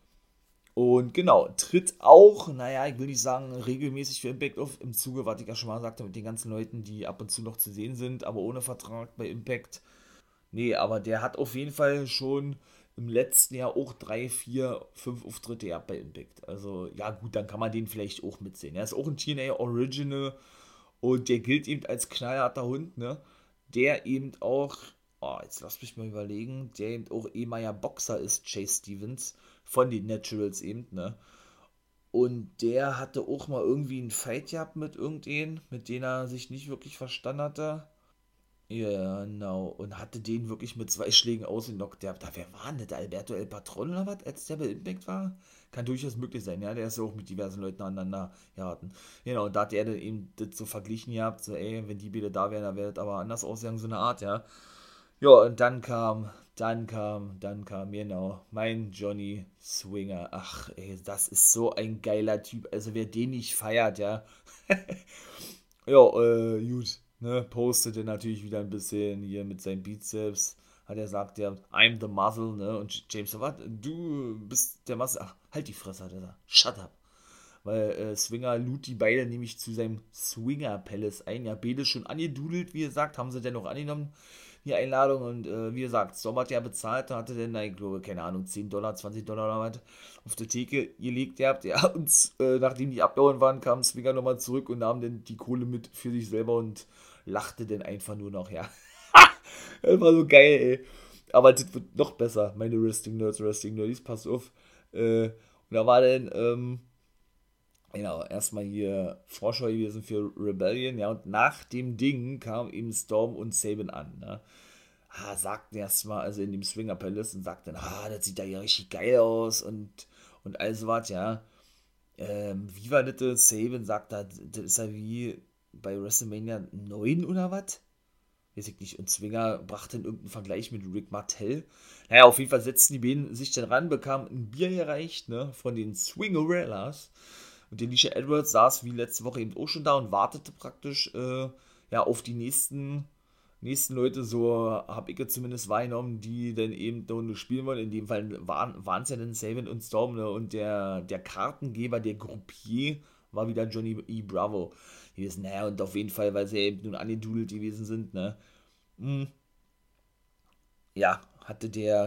Und genau, tritt auch, naja, ich will nicht sagen regelmäßig für Impact auf, im Zuge, was ich ja schon mal sagte, mit den ganzen Leuten, die ab und zu noch zu sehen sind, aber ohne Vertrag bei Impact. Nee, aber der hat auf jeden Fall schon im letzten Jahr auch 3, 4, 5 Auftritte gehabt bei Impact. Also, ja gut, dann kann man den vielleicht auch mitsehen. Er ist auch ein TNA Original und der gilt eben als knallharter Hund, ne? Der eben auch, oh, jetzt lass mich mal überlegen, der eben auch ehemaliger Boxer ist, Chase Stevens, von den Naturals eben, ne? Und der hatte auch mal irgendwie einen Fight gehabt mit irgendjemandem, mit dem er sich nicht wirklich verstanden hatte. Ja, genau. Und hatte den wirklich mit 2 Schlägen ausgenockt. Wer war denn das? Alberto El Patron oder was, als der bei Impact war? Kann durchaus möglich sein, ja. Der ist ja auch mit diversen Leuten aneinander geraten. Genau, und da hat er dann eben das so verglichen gehabt, so, ey, wenn die beide da wären, dann wäre das aber anders ausgegangen, so eine Art, ja. Ja, und dann kam, genau, mein Johnny Swinger. Ach, ey, das ist so ein geiler Typ. Also, wer den nicht feiert, ja. Ja, gut, ne, postete natürlich wieder ein bisschen hier mit seinen Bizeps. Hat er gesagt, ja, I'm the Muscle, ne, und James, was, du bist der Muscle. Ach, halt die Fresse, hat er gesagt. Shut up. Weil Swinger lud die beide nämlich zu seinem Swinger Palace ein. Ja, beide schon angedudelt, wie gesagt, haben sie dennoch angenommen, die Einladung. Und wie gesagt, Storm hat ja bezahlt, da hatte dann, ich glaube, keine Ahnung, $10, $20 oder was auf der Theke gelegt gehabt. Ja, und nachdem die abgehauen waren, kam Swinger nochmal zurück und nahm dann die Kohle mit für sich selber und lachte dann einfach nur noch, ja. Das war so geil, ey. Aber das wird noch besser, meine Wrestling Nerds, pass auf. Und da war dann, genau, erstmal hier Vorschau gewesen für Rebellion, ja, und nach dem Ding kam eben Storm und Sabin an, ne? Sagten erstmal, also in dem Swinger Palace und sagten, das sieht da ja richtig geil aus und all so was, ja. Wie war das? Sabin sagt, das ist ja wie bei WrestleMania 9 oder was? weiß ich nicht, und Zwinger brachte dann irgendeinen Vergleich mit Rick Martel. Naja, auf jeden Fall setzten die beiden sich dann ran, bekamen ein Bier gereicht, ne, von den Swingerellas. Und Alicia Edwards saß wie letzte Woche eben auch schon da und wartete praktisch ja, auf die nächsten Leute, so habe ich es zumindest wahrgenommen, die dann eben da nur spielen wollen. In dem Fall waren es ja dann Sabin und Storm, ne? Und der Kartengeber, der Groupier, war wieder Johnny E. Bravo gewesen. Naja, und auf jeden Fall, weil sie ja eben nun angedudelt gewesen sind, ne? Hm, ja, hatte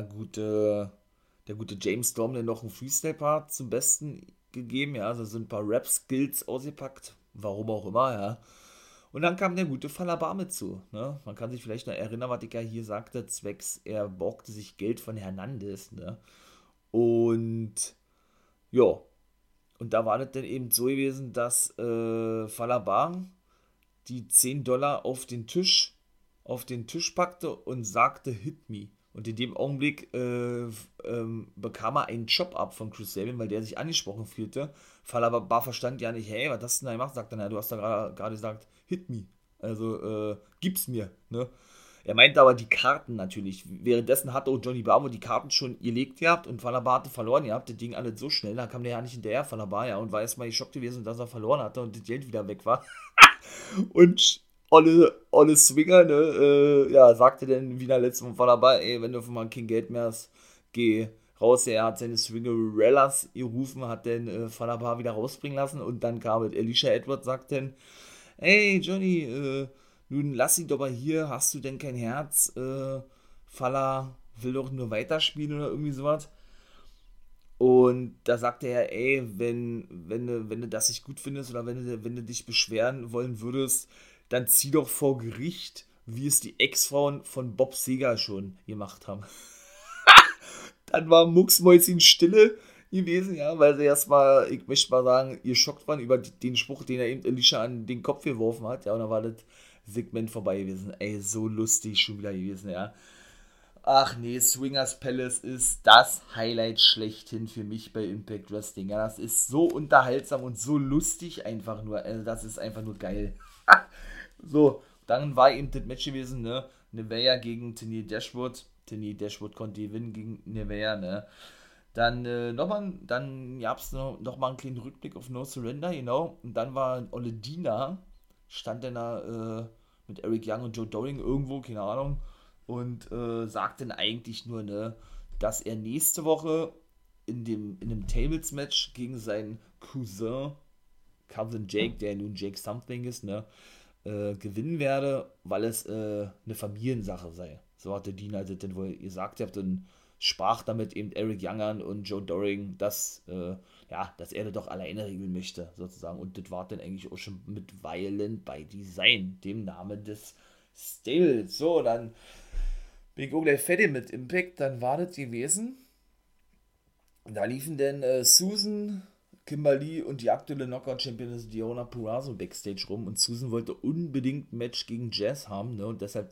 der gute James Storm dann noch einen Freestyle-Part zum Besten gegeben, ja, also sind ein paar Rap-Skills ausgepackt, warum auch immer, ja. Und dann kam der gute Falabar mit zu. Ne? Man kann sich vielleicht noch erinnern, was ich ja hier sagte, zwecks, er borgte sich Geld von Hernandez. Ne? Und ja, und da war das dann eben so gewesen, dass Falabar die 10 Dollar auf den Tisch packte und sagte, hit me. Und in dem Augenblick bekam er einen Chop ab von Chris Sabin, weil der sich angesprochen fühlte. Falabar verstand ja nicht, hey, was hast du denn da gemacht? Sagt er, na, du hast da gerade gesagt, hit me. Also, gib's mir. Ne? Er meinte aber die Karten natürlich. Währenddessen hatte auch Johnny Bravo die Karten schon gelegt gehabt und Falabar hatte verloren gehabt. Das ging alles so schnell, da kam der ja nicht hinterher, Falabar, ja, und war erstmal geschockt gewesen, dass er verloren hatte und das Geld wieder weg war. Und Olle Swinger, ne, ja, sagte dann wieder letztes Mal dabei, ey, wenn du von mal kein Geld mehr hast, geh raus. Er hat seine Swingerellas gerufen, hat dann Falabar wieder rausbringen lassen und dann kam mit Alicia Edwards, sagt dann, ey, Johnny, nun lass ihn doch mal hier, hast du denn kein Herz? Fala will doch nur weiterspielen oder irgendwie sowas. Und da sagte er, ey, wenn du das nicht gut findest oder wenn du dich beschweren wollen würdest, dann zieh doch vor Gericht, wie es die Ex-Frauen von Bob Seger schon gemacht haben. Dann war Mucksmäuschen Stille gewesen, ja, weil sie erstmal, ich möchte mal sagen, geschockt waren über den Spruch, den er eben Alicia an den Kopf geworfen hat, ja, und dann war das Segment vorbei gewesen. Ey, so lustig schon wieder gewesen, ja. Ach nee, Swingers Palace ist das Highlight schlechthin für mich bei Impact Wrestling. Ja, das ist so unterhaltsam und so lustig einfach nur. Also das ist einfach nur geil. So, dann war eben das Match gewesen, ne? Nevea gegen Tennille Dashwood. Tennille Dashwood konnte gewinnen gegen Nevea, ne? Dann dann gab es noch mal einen kleinen Rückblick auf No Surrender, genau. Und dann war Oledina, stand dann da mit Eric Young und Joe Doring irgendwo, keine Ahnung, und sagt dann eigentlich nur, ne, dass er nächste Woche in dem Tables-Match gegen seinen Cousin Jake, der nun Jake Something ist, ne, gewinnen werde, weil es eine Familiensache sei. So hatte Dean also dann wohl gesagt, ihr habt dann sprach damit eben Eric Young an und Joe Doring, ja, dass er das doch alleine regeln möchte, sozusagen. Und das war dann eigentlich auch schon mit Violent by Design, dem Namen des Stables. So, dann bin ich auch gleich fertig mit Impact, dann war das gewesen. Da liefen dann Susan, Kimberly und die aktuelle Knockout-Championess Diona Purrazzo backstage rum und Susan wollte unbedingt ein Match gegen Jazz haben, ne, und deshalb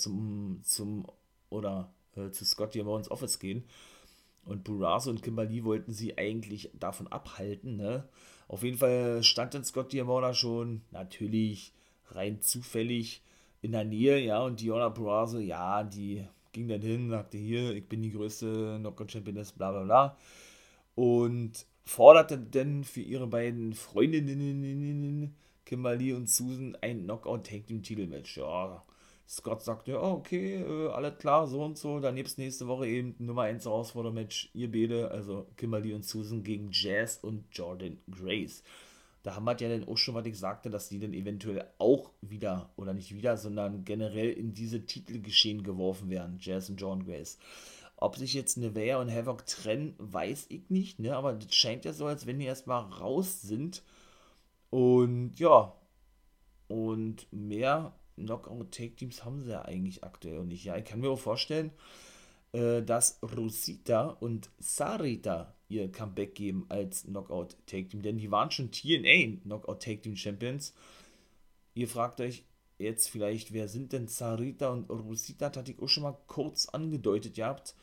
zu Scott D'Amore ins Office gehen. Und Purrazzo und Kimberly wollten sie eigentlich davon abhalten, ne. Auf jeden Fall stand dann Scott D'Amore da schon, natürlich rein zufällig in der Nähe, ja, und Diona Purrazzo, ja, die ging dann hin, sagte hier, ich bin die größte Knockout-Championess, bla bla bla, und forderte dann für ihre beiden Freundinnen Kimberly und Susan ein Knockout-Take-Team-Titel-Match. Ja, Scott sagte, ja, okay, alles klar, so und so. Dann nebst nächste Woche eben Nummer 1 Herausforderer-Match, ihr beide, also Kimberly und Susan gegen Jazz und Jordan Grace. Da haben wir ja dann auch schon, was ich sagte, dass die dann eventuell auch wieder, oder nicht wieder, sondern generell in diese Titelgeschehen geworfen werden, Jazz und Jordan Grace. Ob sich jetzt Nevea und Havoc trennen, weiß ich nicht, ne? Aber das scheint ja so, als wenn die erstmal raus sind. Und ja, und mehr Knockout-Take-Teams haben sie ja eigentlich aktuell nicht. Ja, ich kann mir auch vorstellen, dass Rosita und Sarita ihr Comeback geben als Knockout-Take-Team. Denn die waren schon TNA Knockout-Take-Team-Champions. Ihr fragt euch jetzt vielleicht, wer sind denn Sarita und Rosita? Das hatte ich auch schon mal kurz angedeutet gehabt.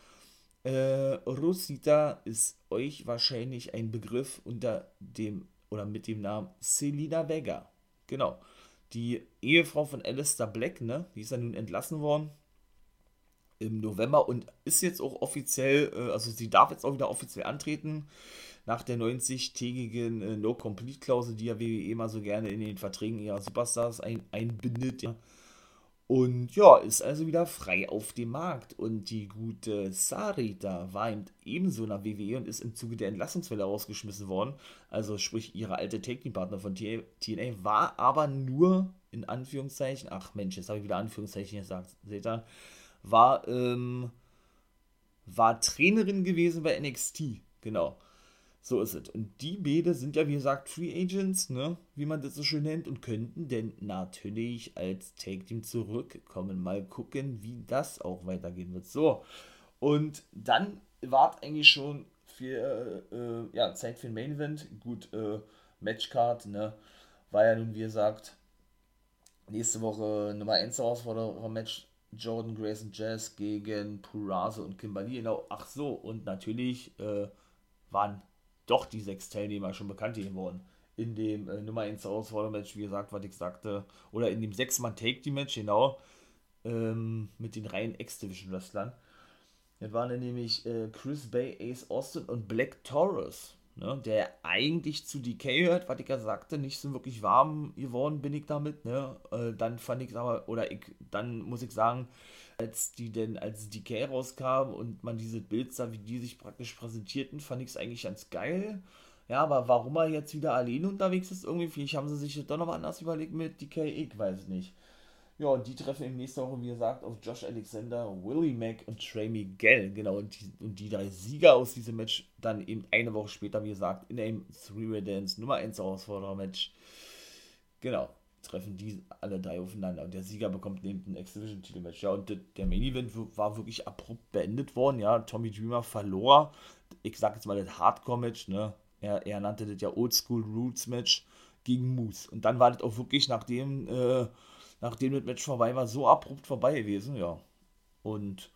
Rosita ist euch wahrscheinlich ein Begriff unter dem oder mit dem Namen Selena Vega. Genau. die Ehefrau von Aleister Black, ne, die ist ja nun entlassen worden im November und ist jetzt auch offiziell, also sie darf jetzt auch wieder offiziell antreten, nach der 90-tägigen No-Complete-Klausel, die ja WWE mal so gerne in den Verträgen ihrer Superstars einbindet, ja. Und ja, ist also wieder frei auf dem Markt. Und die gute Sarita war ebenso in der WWE und ist im Zuge der Entlassungswelle rausgeschmissen worden. Also sprich, ihre alte Tag-Team-Partner von TNA war aber nur, in Anführungszeichen, ach Mensch, jetzt habe ich wieder Anführungszeichen gesagt, seht ihr, war Trainerin gewesen bei NXT, genau. So ist es. Und die beide sind ja, wie gesagt, Free Agents, ne, wie man das so schön nennt, und könnten denn natürlich als Tag-Team zurückkommen. Mal gucken, wie das auch weitergehen wird. So, und dann war eigentlich schon für, Zeit für ein Main-Event. Gut, Matchcard, ne, war ja nun, wie gesagt, nächste Woche Nummer 1 Herausforderer-Match, Jordan Grayson Jazz gegen Purrazzo und Kimberly, genau. Ach so, und natürlich waren doch die 6 Teilnehmer schon bekannt geworden. In dem Nummer 1 Herausforderer-Match, wie gesagt, was ich sagte, oder in dem 6-Mann-Take-Team-Match, genau, mit den reinen X-Division-Wrestlern. Das waren dann nämlich Chris Bay, Ace Austin und Black Taurus, ne, der eigentlich zu DK hört, was ich ja sagte, nicht so wirklich warm geworden bin ich damit, ne, dann fand ich aber, dann muss ich sagen, als die denn als DK rauskam und man dieses Bild sah, wie die sich praktisch präsentierten, fand ich es eigentlich ganz geil. Ja, aber warum er jetzt wieder alleine unterwegs ist, irgendwie, vielleicht haben sie sich das doch noch anders überlegt mit DK, ich weiß nicht. Ja, und die treffen im nächsten Woche, wie gesagt, auf Josh Alexander, Willie Mack und Trey Miguel, genau, und die 3 Sieger aus diesem Match dann eben eine Woche später, wie gesagt, in einem 3-Way Dance Nummer 1 Herausforderer-Match, genau, treffen die alle 3 aufeinander und der Sieger bekommt neben dem X-Division-Titel-Match. Ja, und der Main-Event war wirklich abrupt beendet worden, ja, Tommy Dreamer verlor, ich sag jetzt mal das Hardcore-Match, ne, er nannte das ja Oldschool-Roots-Match gegen Moose, und dann war das auch wirklich, nachdem das Match vorbei war, so abrupt vorbei gewesen, ja, und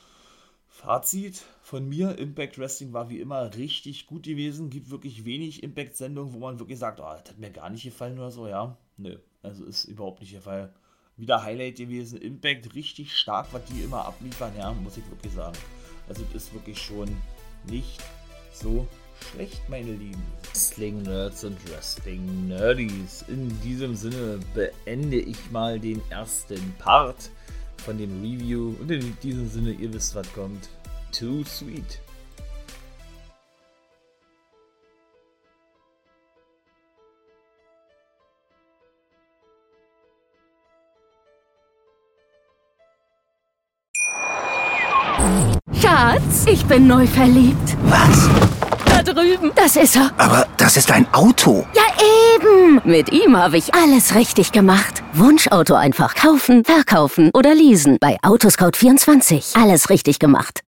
Fazit von mir, Impact Wrestling war wie immer richtig gut gewesen, gibt wirklich wenig Impact-Sendungen, wo man wirklich sagt, oh, das hat mir gar nicht gefallen oder so, ja, nö, also ist überhaupt nicht der Fall. Wieder Highlight gewesen, Impact richtig stark, was die immer abliefern, ja, muss ich wirklich sagen. Also das ist wirklich schon nicht so schlecht, meine lieben Wrestling-Nerds und Wrestling-Nerdies. In diesem Sinne beende ich mal den ersten Part von dem Review und in diesem Sinne, ihr wisst, was kommt. Too sweet. Schatz, ich bin neu verliebt. Was? Da drüben. Das ist er. Aber das ist ein Auto. Ja, eben. Mit ihm habe ich alles richtig gemacht. Wunschauto einfach kaufen, verkaufen oder leasen. Bei Autoscout24. Alles richtig gemacht.